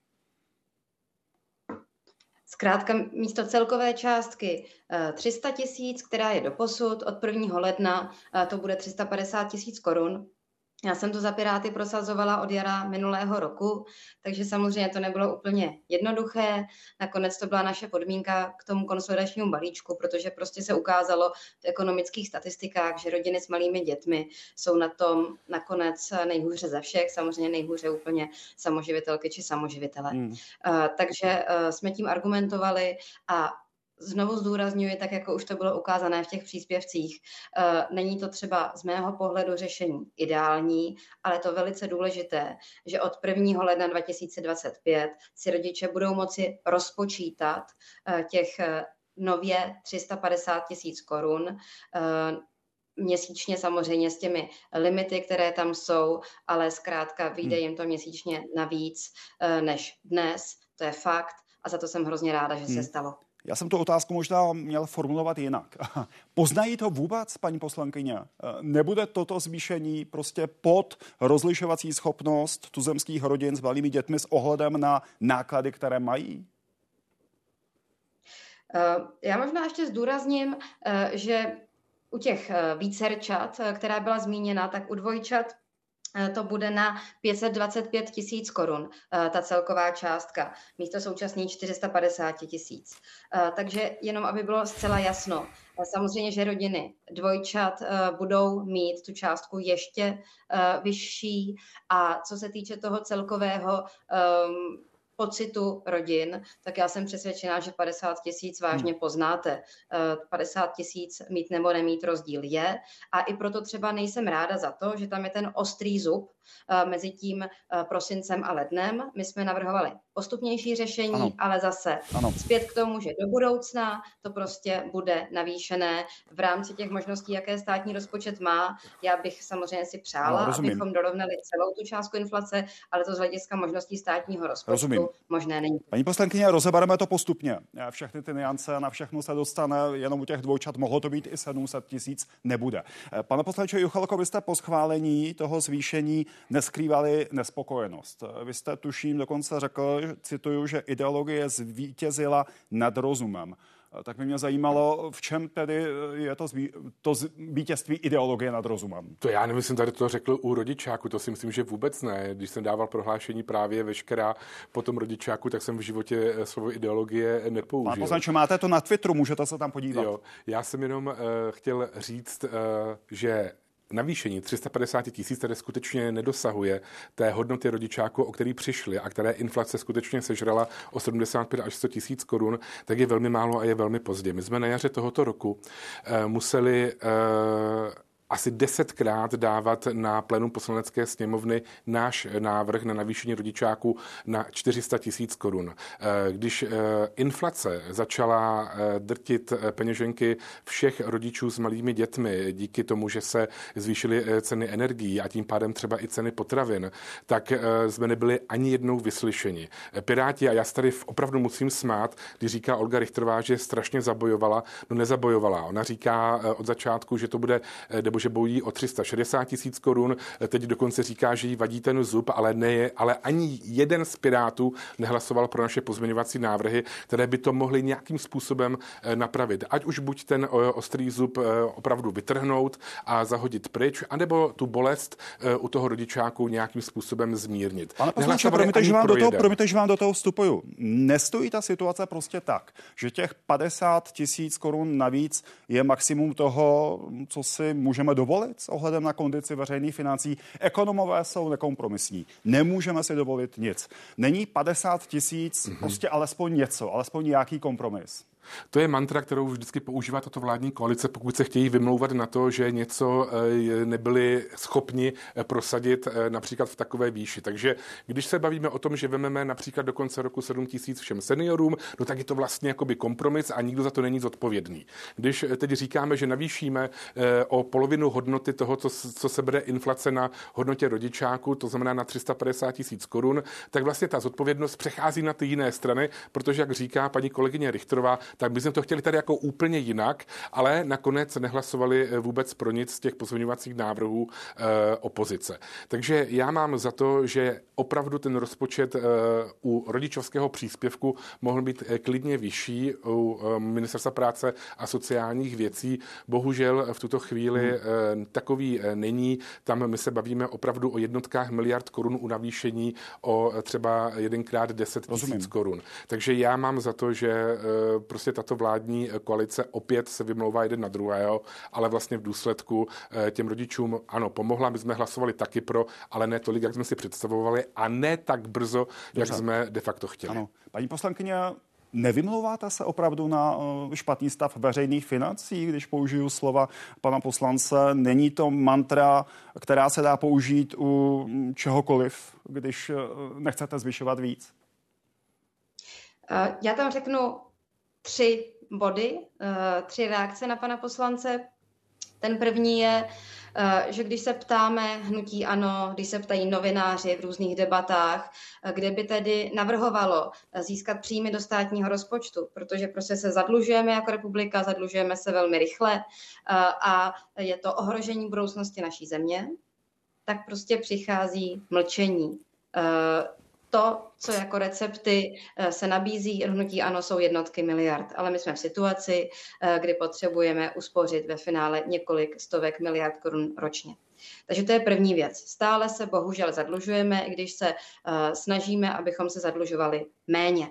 Zkrátka místo celkové částky tři sta tisíc, která je doposud od prvního ledna, to bude tři sta padesát tisíc korun. Já jsem to za Piráty prosazovala od jara minulého roku, takže samozřejmě to nebylo úplně jednoduché. Nakonec to byla naše podmínka k tomu konsolidačnímu balíčku, protože prostě se ukázalo v ekonomických statistikách, že rodiny s malými dětmi jsou na tom nakonec nejhůře ze všech, samozřejmě nejhůře úplně samoživitelky či samoživitelé. Hmm. Uh, takže uh, jsme tím argumentovali a znovu zdůrazňuji, tak jako už to bylo ukázané v těch příspěvcích, není to třeba z mého pohledu řešení ideální, ale to velice důležité, že od prvního ledna dva tisíce dvacet pět si rodiče budou moci rozpočítat těch nově tři sta padesát tisíc korun měsíčně, samozřejmě s těmi limity, které tam jsou, ale zkrátka vyjde jim to měsíčně navíc než dnes, to je fakt a za to jsem hrozně ráda, že se stalo. Já jsem tu otázku možná měl formulovat jinak. Poznají to vůbec, paní poslankyně? Nebude toto zvýšení prostě pod rozlišovací schopnost tuzemských rodin s malými dětmi s ohledem na náklady, které mají? Já možná ještě zdůrazním, že u těch vícerčat, která byla zmíněna, tak u dvojčat to bude na pět set dvacet pět tisíc korun, ta celková částka, místo současných čtyři sta padesát tisíc. Takže jenom, aby bylo zcela jasno, samozřejmě, že rodiny dvojčat budou mít tu částku ještě vyšší a co se týče toho celkového pocitu rodin, tak já jsem přesvědčená, že padesát tisíc vážně poznáte. padesát tisíc mít nebo nemít rozdíl je a i proto třeba nejsem ráda za to, že tam je ten ostrý zub mezi tím prosincem a lednem. My jsme navrhovali postupnější řešení, ano. ale zase ano. zpět k tomu, že do budoucna to prostě bude navýšené v rámci těch možností, jaké státní rozpočet má. Já bych samozřejmě si přála, ano, abychom dorovnali celou tu částku inflace, ale to z hlediska možností státního rozpočtu rozumím. možné není. Paní poslankyně, rozebereme to postupně. Všechny ty nuance, na všechno se dostane, jenom u těch dvojčat mohlo to být i sedm set tisíc, nebude. Pane poslanče Juchelko, vy jste po schválení toho zvýšení neskrývali nespokojenost. Vy jste, tuším, dokonce řekl, cituju, že ideologie zvítězila nad rozumem. Tak by mě zajímalo, v čem tedy je to, zví, to vítězství ideologie nad rozumem. To já nemyslím, tady to řekl u rodičáku, to si myslím, že vůbec ne. Když jsem dával prohlášení právě veškerá po tom rodičáku, tak jsem v životě svou ideologie nepoužil. Pane poslanče, máte to na Twitteru, můžete se tam podívat. Jo, já jsem jenom uh, chtěl říct, uh, že navýšení tři sta padesát tisíc, které skutečně nedosahuje té hodnoty rodičáku, o který přišli a které inflace skutečně sežrala o sedmdesát pět až sto tisíc korun, tak je velmi málo a je velmi pozdě. My jsme na jaře tohoto roku uh, museli uh, asi desetkrát dávat na plénum poslanecké sněmovny náš návrh na navýšení rodičáku na čtyři sta tisíc korun. Když inflace začala drtit peněženky všech rodičů s malými dětmi díky tomu, že se zvýšily ceny energií a tím pádem třeba i ceny potravin, tak jsme nebyli ani jednou vyslyšeni. Piráti, a já se tady opravdu musím smát, když říká Olga Richterová, že strašně zabojovala, no nezabojovala. Ona říká od začátku, že to bude, nebo že bojí o tři sta šedesát tisíc korun, teď dokonce říká, že jí vadí ten zub, ale ne, ale ani jeden z Pirátů nehlasoval pro naše pozměňovací návrhy, které by to mohly nějakým způsobem napravit. Ať už buď ten ostrý zub opravdu vytrhnout a zahodit pryč, anebo tu bolest u toho rodičáku nějakým způsobem zmírnit. Pane poslanče, promiňte, že vám do toho, promiňte, že vám do toho vstupuju. Nestojí ta situace prostě tak, že těch padesát tisíc korun navíc je maximum toho, co si můžeme dovolit s ohledem na kondici veřejných financí. Ekonomové jsou nekompromisní. Nemůžeme si dovolit nic. Není padesát tisíc mm-hmm. prostě alespoň něco, alespoň nějaký kompromis? To je mantra, kterou vždycky používá tato vládní koalice, pokud se chtějí vymlouvat na to, že něco nebyli schopni prosadit například v takové výši. Takže když se bavíme o tom, že vememe například do konce roku sedm tisíc všem seniorům, no tak je to vlastně jakoby kompromis a nikdo za to není zodpovědný. Když teď říkáme, že navýšíme o polovinu hodnoty toho, co, co se bere inflace na hodnotě rodičáku, to znamená na tři sta padesát tisíc korun, tak vlastně ta zodpovědnost přechází na ty jiné strany, protože, jak říká paní kolegyně Richterová, tak my jsme to chtěli tady jako úplně jinak, ale nakonec nehlasovali vůbec pro nic z těch pozměňovacích návrhů e, opozice. Takže já mám za to, že opravdu ten rozpočet e, u rodičovského příspěvku mohl být klidně vyšší u e, Ministerstva práce a sociálních věcí. Bohužel v tuto chvíli hmm. e, takový e, není. Tam my se bavíme opravdu o jednotkách miliard korun u navýšení o e, třeba jedenkrát deset tisíc korun. Takže já mám za to, že e, prostě tato vládní koalice opět se vymlouvá jeden na druhého, ale vlastně v důsledku e, těm rodičům ano, pomohla. My jsme hlasovali taky pro, ale ne tolik, jak jsme si představovali a ne tak brzo, Dobře. jak jsme de facto chtěli. Ano. Paní poslankyně, nevymlouváte se opravdu na špatný stav veřejných financí, když použiju slova pana poslance? Není to mantra, která se dá použít u čehokoliv, když nechcete zvyšovat víc? Já tam řeknu tři body, tři reakce na pana poslance. Ten první je, že když se ptáme hnutí ANO, když se ptají novináři v různých debatách, kde by tedy navrhovalo získat příjmy do státního rozpočtu, protože prostě se zadlužujeme jako republika, zadlužujeme se velmi rychle a je to ohrožení budoucnosti naší země, tak prostě přichází mlčení. To, co jako recepty se nabízí hnutí ANO, jsou jednotky miliard, ale my jsme v situaci, kdy potřebujeme uspořit ve finále několik stovek miliard korun ročně. Takže to je první věc. Stále se bohužel zadlužujeme, i když se snažíme, abychom se zadlužovali méně.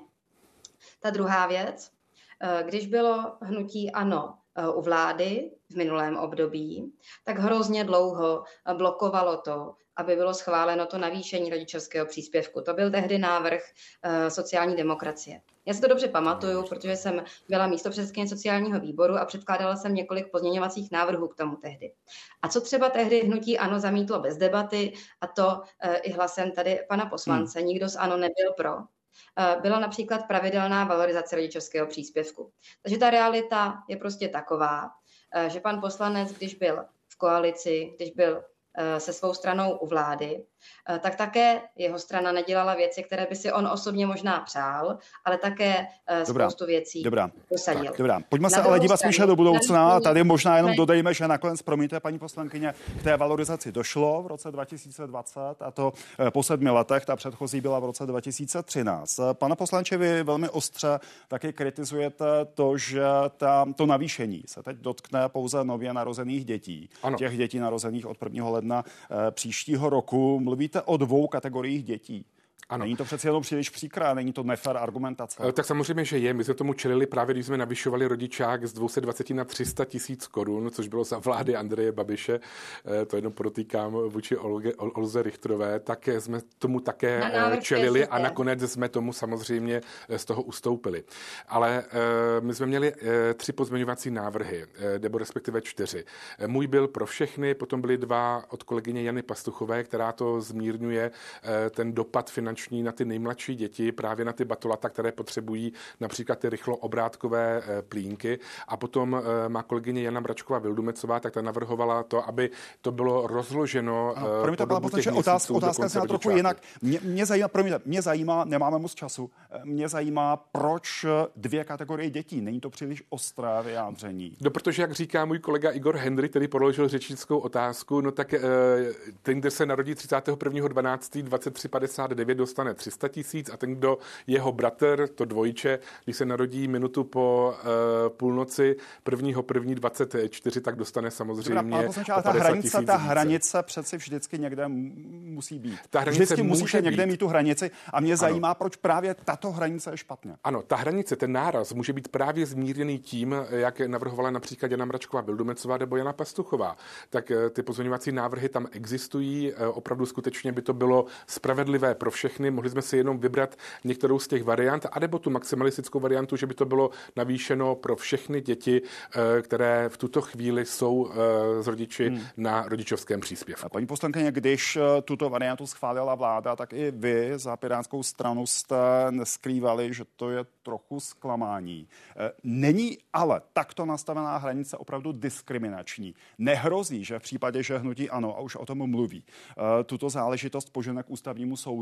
Ta druhá věc, když bylo hnutí ANO u vlády v minulém období, tak hrozně dlouho blokovalo to, aby bylo schváleno to navýšení rodičovského příspěvku. To byl tehdy návrh uh, sociální demokracie. Já si to dobře pamatuju, protože jsem byla místopředsedkyně sociálního výboru a předkládala jsem několik pozměňovacích návrhů k tomu tehdy. A co třeba tehdy hnutí ANO zamítlo bez debaty, a to uh, i hlasem tady pana poslance, hmm. nikdo z ANO nebyl pro, uh, byla například pravidelná valorizace rodičovského příspěvku. Takže ta realita je prostě taková, uh, že pan poslanec, když byl v koalici, když byl se svou stranou u vlády, tak také jeho strana nedělala věci, které by si on osobně možná přál, ale také Dobrá. spoustu věcí Dobrá. usadil. Dobrá. Pojďme se ale dívat spíše do budoucna. Tady možná jenom dodejme, že nakonec, promiňte, paní poslankyně, k té valorizaci došlo v roce dva tisíce dvacet, a to po sedmi letech, ta předchozí byla v roce dva tisíce třináct. Pane poslanče, vy velmi ostře taky kritizujete to, že ta, to navýšení se teď dotkne pouze nově narozených dětí. Ano. Těch dětí narozených od prvního ledna příštího roku. Mluvíte o dvou kategoriích dětí. Ano. Není to přeci jenom příliš příkré, není to nefér argumentace? Tak samozřejmě, že je. My jsme tomu čelili právě, když jsme navyšovali rodičák z dvě stě dvacet na tři sta tisíc korun, což bylo za vlády Andreje Babiše, to jenom podotýkám vůči Olge, Olze Richterové, tak jsme tomu také na čelili a nakonec jsme tomu samozřejmě z toho ustoupili. Ale my jsme měli tři pozměňovací návrhy, nebo respektive čtyři. Můj byl pro všechny, potom byly dva od kolegyně Jany Pastuchové, která to zmírňuje ten dopad finanční na ty nejmladší děti, právě na ty batolata, které potřebují například ty rychlooobrátkové plínky. A potom má kolegyně Jana Mračková-Vildumecová, tak ta navrhovala to, aby to bylo rozloženo po dobu těch měsíců. Otázka, otázka se na trochu jinak. Mě, mě, zajímá, promiňte, mě zajímá, nemáme moc času, mě zajímá, proč dvě kategorie dětí. Není to příliš ostré vyjádření? No, protože, jak říká můj kolega Igor Henry, který položil řečnickou otázku, no tak ten, kdo se narodí třicátého prvního dvanáctého dvacet tři padesát devět, dostane tři sta tisíc a ten, kdo jeho bratr, to dvojče, když se narodí minutu po uh, půlnoci prvního první dvacet čtyři, tak dostane samozřejmě Dobrá, ta hranice, ta hranice přeci vždycky někde musí být. Ta hranice vždycky musíte být. někde mít tu hranici a mě ano. zajímá, proč právě tato hranice je špatně. Ano, ta hranice, ten náraz může být právě zmírněný tím, jak navrhovala například Jana Mračková-Vildumecová nebo Jana Pastuchová. Tak ty pozměňovací návrhy tam existují, opravdu skutečně by to bylo spravedlivé pro všechny, mohli jsme si jenom vybrat některou z těch variant, anebo tu maximalistickou variantu, že by to bylo navýšeno pro všechny děti, které v tuto chvíli jsou z rodiči hmm. na rodičovském příspěvku. Paní poslankyně, když tuto variantu schválila vláda, tak i vy za Pirátskou stranu jste neskrývali, že to je trochu zklamání. Není ale takto nastavená hranice opravdu diskriminační. Nehrozí, že v případě, že hnutí ANO, a už o tom mluví, tuto záležitost požene k ústavnímu soudu, tak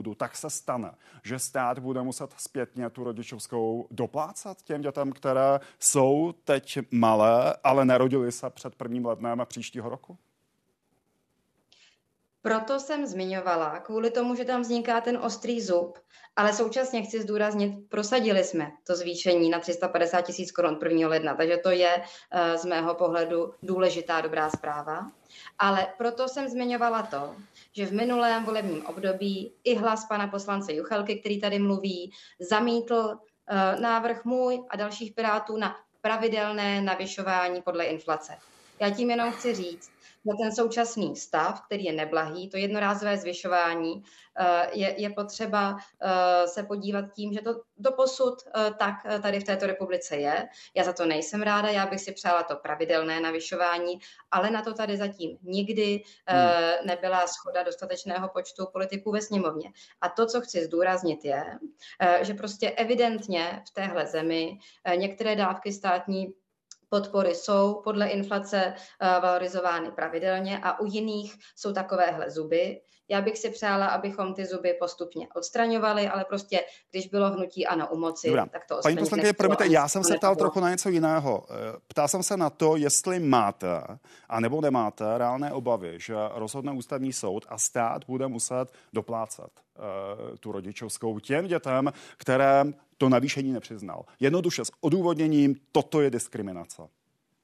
se stane, že stát bude muset zpětně tu rodičovskou doplácat těm dětem, které jsou teď malé, ale narodily se před prvním lednem příštího roku? Proto jsem zmiňovala, kvůli tomu, že tam vzniká ten ostrý zub, ale současně chci zdůraznit, prosadili jsme to zvýšení na tři sta padesát tisíc korun prvního ledna, takže to je z mého pohledu důležitá dobrá zpráva. Ale proto jsem zmiňovala to, že v minulém volebním období i hlas pana poslance Juchelky, který tady mluví, zamítl návrh můj a dalších Pirátů na pravidelné navyšování podle inflace. Já tím jenom chci říct, že ten současný stav, který je neblahý, to jednorázové zvyšování, je, je potřeba se podívat tím, že to doposud tak tady v této republice je. Já za to nejsem ráda, já bych si přála to pravidelné navyšování, ale na to tady zatím nikdy hmm. nebyla shoda dostatečného počtu politiků ve sněmovně. A to, co chci zdůraznit, je, že prostě evidentně v téhle zemi některé dávky státní podpory jsou podle inflace valorizovány pravidelně a u jiných jsou takovéhle zuby. Já bych si přála, abychom ty zuby postupně odstraňovali, ale prostě, když bylo hnutí ANO u moci, Dobrá. tak to Paní poslankyně, promiňte, já jsem se ptal trochu na něco jiného. Ptal jsem se na to, jestli máte, anebo nemáte reálné obavy, že rozhodne ústavní soud a stát bude muset doplácet uh, tu rodičovskou těm dětem, které to navýšení nepřiznal. Jednoduše s odůvodněním, toto je diskriminace. Uh,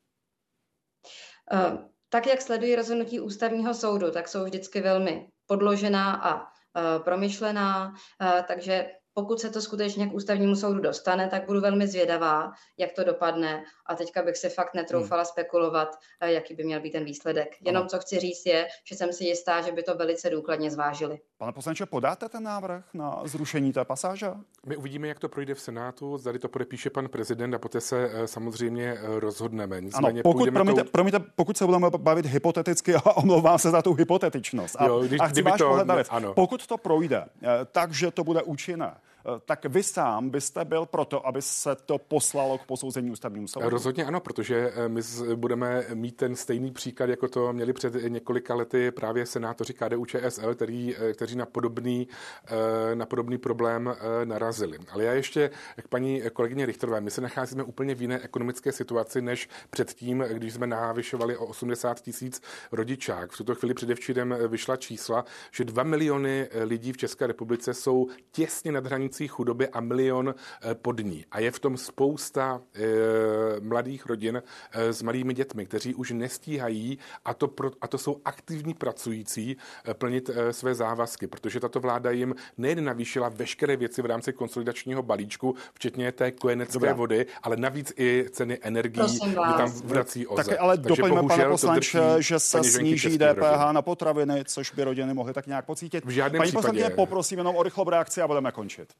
tak, jak sledují rozhodnutí ústavního soudu, tak jsou vždycky velmi podložená a uh, promyšlená, uh, takže pokud se to skutečně k ústavnímu soudu dostane, tak budu velmi zvědavá, jak to dopadne. A teďka bych se fakt netroufala hmm. spekulovat, jaký by měl být ten výsledek. Jenom co chci říct je, že jsem si jistá, že by to velice důkladně zvážili. Pane poslanče, podáte ten návrh na zrušení té pasáže? My uvidíme, jak to projde v Senátu, zda to podepíše pan prezident a poté se samozřejmě rozhodneme. Nicméně ano, pokud, promiňte, tou... promiňte, pokud se budeme bavit hypoteticky, a omlouvám se za tu hypotetičnost. A, jo, když, a chci váš to, pohled na věc. Pokud to projde, takže to bude účinné, tak vy sám byste byl proto, aby se to poslalo k posouzení ústavnímu soudu? Rozhodně ano, protože my budeme mít ten stejný příklad, jako to měli před několika lety právě senátoři K D U Č S L, který, kteří na podobný, na podobný problém narazili. Ale já ještě k paní kolegyně Richterové, my se nacházíme úplně v jiné ekonomické situaci, než předtím, když jsme navyšovali o osmdesát tisíc rodičák. V tuto chvíli předevčírem vyšla čísla, že dva miliony lidí v České republice jsou těsně nad hranicí chudoby a milion pod ní. A je v tom spousta e, mladých rodin e, s malými dětmi, kteří už nestíhají, a to, pro, a to jsou aktivní pracující, e, plnit e, své závazky, protože tato vláda jim nejen navýšila veškeré věci v rámci konsolidačního balíčku, včetně té kojenecké Dobrá. vody, ale navíc i ceny energií, je tam vrací OZE. Tak ale doplňme, pane poslanče, že se sníží D P H na potraviny, což by rodiny mohly tak nějak pocítit. V žádném Paní případě. poslankyně, poprosím jenom o rychlou reakci a budeme končit.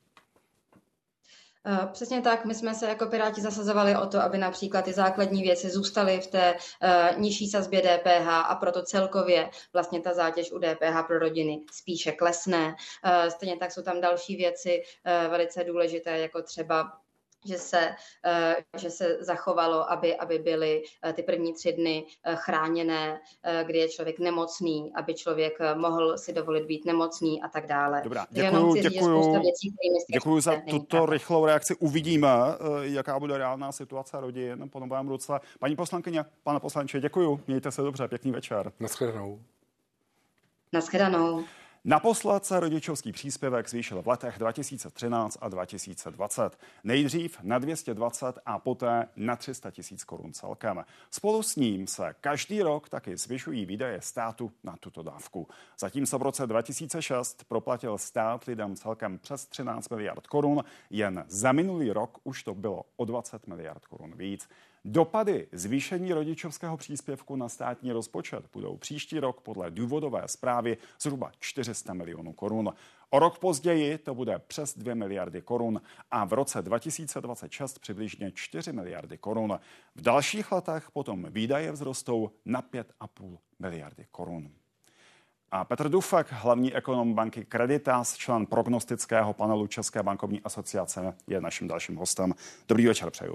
Přesně tak, my jsme se jako Piráti zasazovali o to, aby například ty základní věci zůstaly v té uh, nižší sazbě D P H a proto celkově vlastně ta zátěž u D P H pro rodiny spíše klesne. Uh, stejně tak jsou tam další věci uh, velice důležité, jako třeba že se, že se zachovalo, aby, aby byly ty první tři dny chráněné, kdy je člověk nemocný, aby člověk mohl si dovolit být nemocný a tak dále. Dobrá, děkuju, děkuju, věcí, děkuju za tuto rychlou reakci. Uvidíme, jaká bude reálná situace rodin po novém roce. Paní poslankyně, pane poslanče, děkuju, mějte se dobře, pěkný večer. Naschledanou. Naschledanou. Naposled se rodičovský příspěvek zvýšil v letech dva tisíce třináct a dva tisíce dvacet. Nejdřív na dvě stě dvacet a poté na tři sta tisíc korun celkem. Spolu s ním se každý rok taky zvyšují výdaje státu na tuto dávku. Zatímco v roce dva tisíce šest proplatil stát lidem celkem přes třináct miliard korun, jen za minulý rok už to bylo o dvacet miliard korun víc. Dopady zvýšení rodičovského příspěvku na státní rozpočet budou příští rok podle důvodové zprávy zhruba čtyři sta milionů korun. O rok později to bude přes dvě miliardy korun a v roce dva tisíce dvacet šest přibližně čtyři miliardy korun. V dalších letech potom výdaje vzrostou na pět a půl miliardy korun. A Petr Dufek, hlavní ekonom banky Creditas, člen prognostického panelu České bankovní asociace, je naším dalším hostem. Dobrý večer přeju.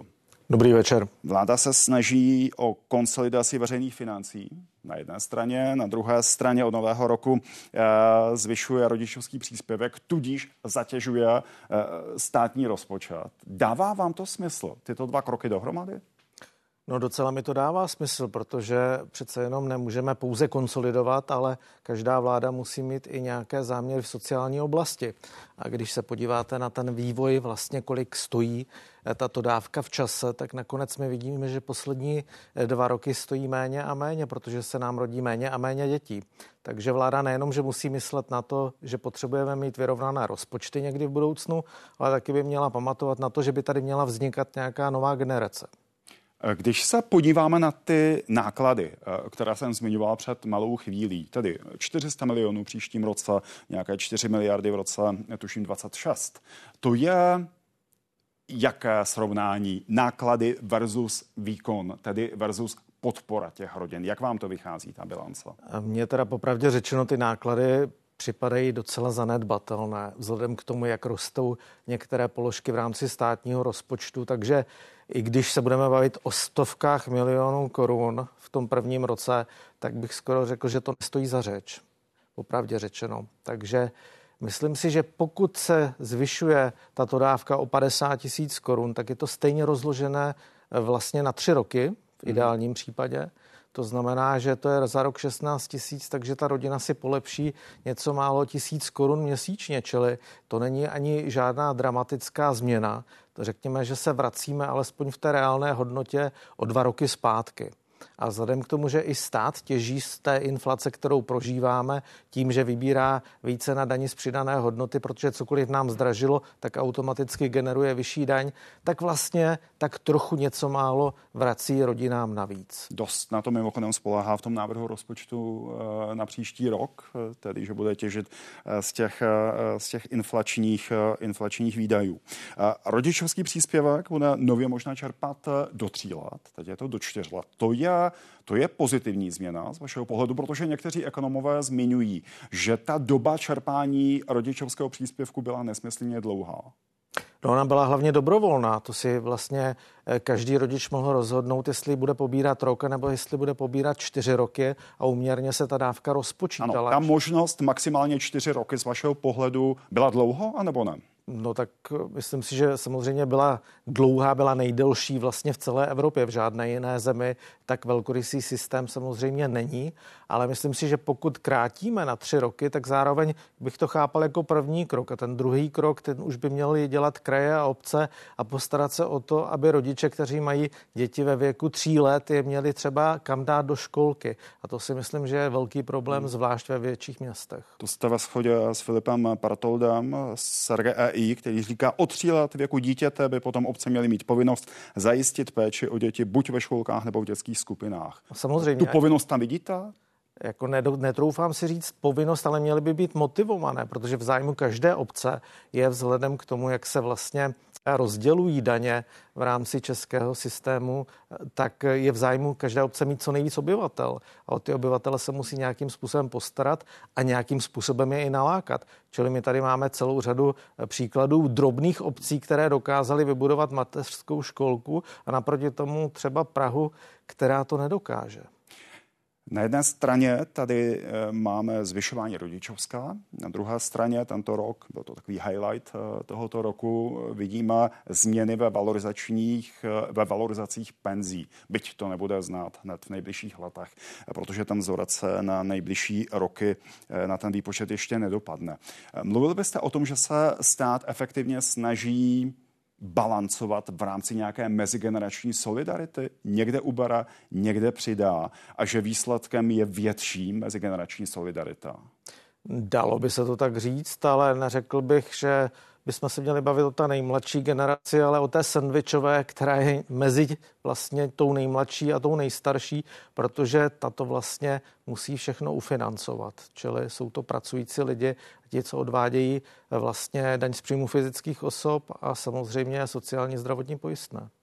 Dobrý večer. Vláda se snaží o konsolidaci veřejných financí na jedné straně, na druhé straně od nového roku e, zvyšuje rodičovský příspěvek, tudíž zatěžuje e, státní rozpočet. Dává vám to smysl, tyto dva kroky dohromady? No docela mi to dává smysl, protože přece jenom nemůžeme pouze konsolidovat, ale každá vláda musí mít i nějaké záměry v sociální oblasti. A když se podíváte na ten vývoj, vlastně kolik stojí tato dávka v čase, tak nakonec my vidíme, že poslední dva roky stojí méně a méně, protože se nám rodí méně a méně dětí. Takže vláda nejenom, že musí myslet na to, že potřebujeme mít vyrovnané rozpočty někdy v budoucnu, ale taky by měla pamatovat na to, že by tady měla vznikat nějaká nová generace. Když se podíváme na ty náklady, které jsem zmiňoval před malou chvílí, tedy čtyři sta milionů příštím roce, nějaké čtyři miliardy v roce, tuším dvacet šest, to je jaké srovnání náklady versus výkon, tedy versus podpora těch rodin? Jak vám to vychází, ta bilance? Mně teda popravdě řečeno ty náklady připadají docela zanedbatelné, vzhledem k tomu, jak rostou některé položky v rámci státního rozpočtu, takže i když se budeme bavit o stovkách milionů korun v tom prvním roce, tak bych skoro řekl, že to nestojí za řeč, popravdě řečeno. Takže myslím si, že pokud se zvyšuje tato dávka o padesát tisíc korun, tak je to stejně rozložené vlastně na tři roky v ideálním případě. To znamená, že to je za rok šestnáct tisíc, takže ta rodina si polepší něco málo tisíc korun měsíčně, čili to není ani žádná dramatická změna. To řekněme, že se vracíme alespoň v té reálné hodnotě o dva roky zpátky. A vzhledem k tomu, že i stát těží z té inflace, kterou prožíváme, tím, že vybírá více na dani z přidané hodnoty, protože cokoliv nám zdražilo, tak automaticky generuje vyšší daň, tak vlastně tak trochu něco málo vrací rodinám navíc. Dost na to mimochodem spoléhá v tom návrhu rozpočtu na příští rok, tedy že bude těžit z těch, z těch inflačních, inflačních výdajů. Rodičovský příspěvek bude nově možná čerpat do tří let, teď je to do čtyř let. To je To je pozitivní změna z vašeho pohledu, protože někteří ekonomové zmiňují, že ta doba čerpání rodičovského příspěvku byla nesmyslně dlouhá. No, ona byla hlavně dobrovolná. To si vlastně každý rodič mohl rozhodnout, jestli bude pobírat rok, nebo jestli bude pobírat čtyři roky a úměrně se ta dávka rozpočítala. Ano, ta možnost maximálně čtyři roky z vašeho pohledu byla dlouho, anebo ne? No tak myslím si, že samozřejmě byla dlouhá, byla nejdelší vlastně v celé Evropě. V žádné jiné zemi tak velkorysý systém samozřejmě není, ale myslím si, že pokud krátíme na tři roky, tak zároveň bych to chápal jako první krok. A ten druhý krok, ten už by měly dělat kraje a obce a postarat se o to, aby rodiče, kteří mají děti ve věku tří let, je měli třeba kam dát do školky. A to si myslím, že je velký problém, hmm. zvlášť ve větších městech. To jste ve shodě s Filipem Partoldem z R G E I, který říká, od tří let věku dítěte by potom obce měly mít povinnost zajistit péči o děti buď ve školkách nebo v dětských skupinách. Samozřejmě. Tu povinnost tam vidíte? Jako netroufám si říct povinnost, ale měly by být motivované, protože v zájmu každé obce je vzhledem k tomu, jak se vlastně rozdělují daně v rámci českého systému, tak je v zájmu každé obce mít co nejvíc obyvatel. A o ty obyvatele se musí nějakým způsobem postarat a nějakým způsobem je i nalákat. Čili my tady máme celou řadu příkladů drobných obcí, které dokázaly vybudovat mateřskou školku a naproti tomu třeba Prahu, která to nedokáže. Na jedné straně tady máme zvyšování rodičovská, na druhé straně tento rok, byl to takový highlight tohoto roku, vidíme změny ve valorizačních, ve valorizacích penzí, byť to nebude znát hned v nejbližších letech, protože ten vzorec na nejbližší roky na ten výpočet ještě nedopadne. Mluvili byste o tom, že se stát efektivně snaží balancovat v rámci nějaké mezigenerační solidarity, někde ubere, někde přidá a že výsledkem je větší mezigenerační solidarita? Dalo by se to tak říct, ale neřekl bych, že bychom se měli bavit o té nejmladší generaci, ale o té sandvičové, která je mezi vlastně tou nejmladší a tou nejstarší, protože tato vlastně musí všechno ufinancovat. Čili jsou to pracující lidi, ti, co odvádějí vlastně daň z příjmu fyzických osob a samozřejmě sociální zdravotní pojistné.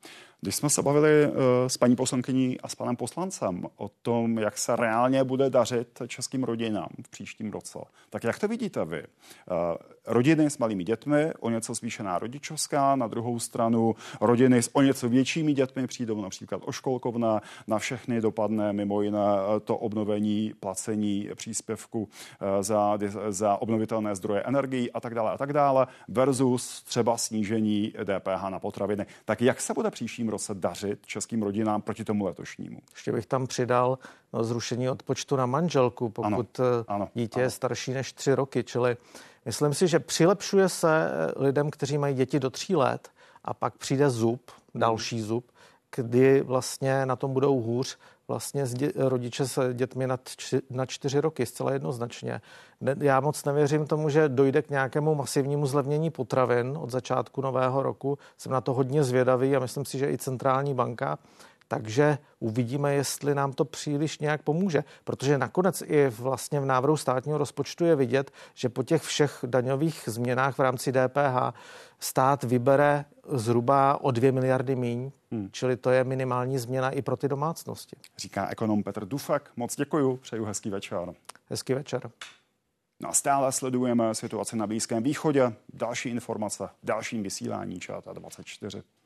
Když jsme se bavili uh, s paní poslankyní a s panem poslancem o tom, jak se reálně bude dařit českým rodinám v příštím roce, tak jak to vidíte vy? Uh, rodiny s malými dětmi, o něco zvýšená rodičovská, na druhou stranu rodiny s o něco většími dětmi přijdou například o školkovné, na všechny dopadne mimo jiné to obnovení placení příspěvku uh, za, za obnovitelné zdroje energií a tak dále a tak dále versus třeba snížení D P H na potraviny. Tak jak se bude příštím roce dařit českým rodinám proti tomu letošnímu? Ještě bych tam přidal no, zrušení odpočtu na manželku, pokud ano, ano, dítě ano. je starší než tři roky. Čili myslím si, že přilepšuje se lidem, kteří mají děti do tří let a pak přijde zub, další zub, kdy vlastně na tom budou hůř vlastně dě, rodiče s dětmi nad, či, nad čtyři roky, zcela jednoznačně. Ne, já moc nevěřím tomu, že dojde k nějakému masivnímu zlevnění potravin od začátku nového roku. Jsem na to hodně zvědavý a myslím si, že i centrální banka. Takže uvidíme, jestli nám to příliš nějak pomůže. Protože nakonec i vlastně v návrhu státního rozpočtu je vidět, že po těch všech daňových změnách v rámci D P H stát vybere zhruba o dvě miliardy míň, hmm. čili to je minimální změna i pro ty domácnosti. Říká ekonom Petr Dufek. Moc děkuju, přeju hezký večer. Hezký večer. No a stále sledujeme situaci na Blízkém východě. Další informace v dalším vysílání Čáta dvacet čtyři.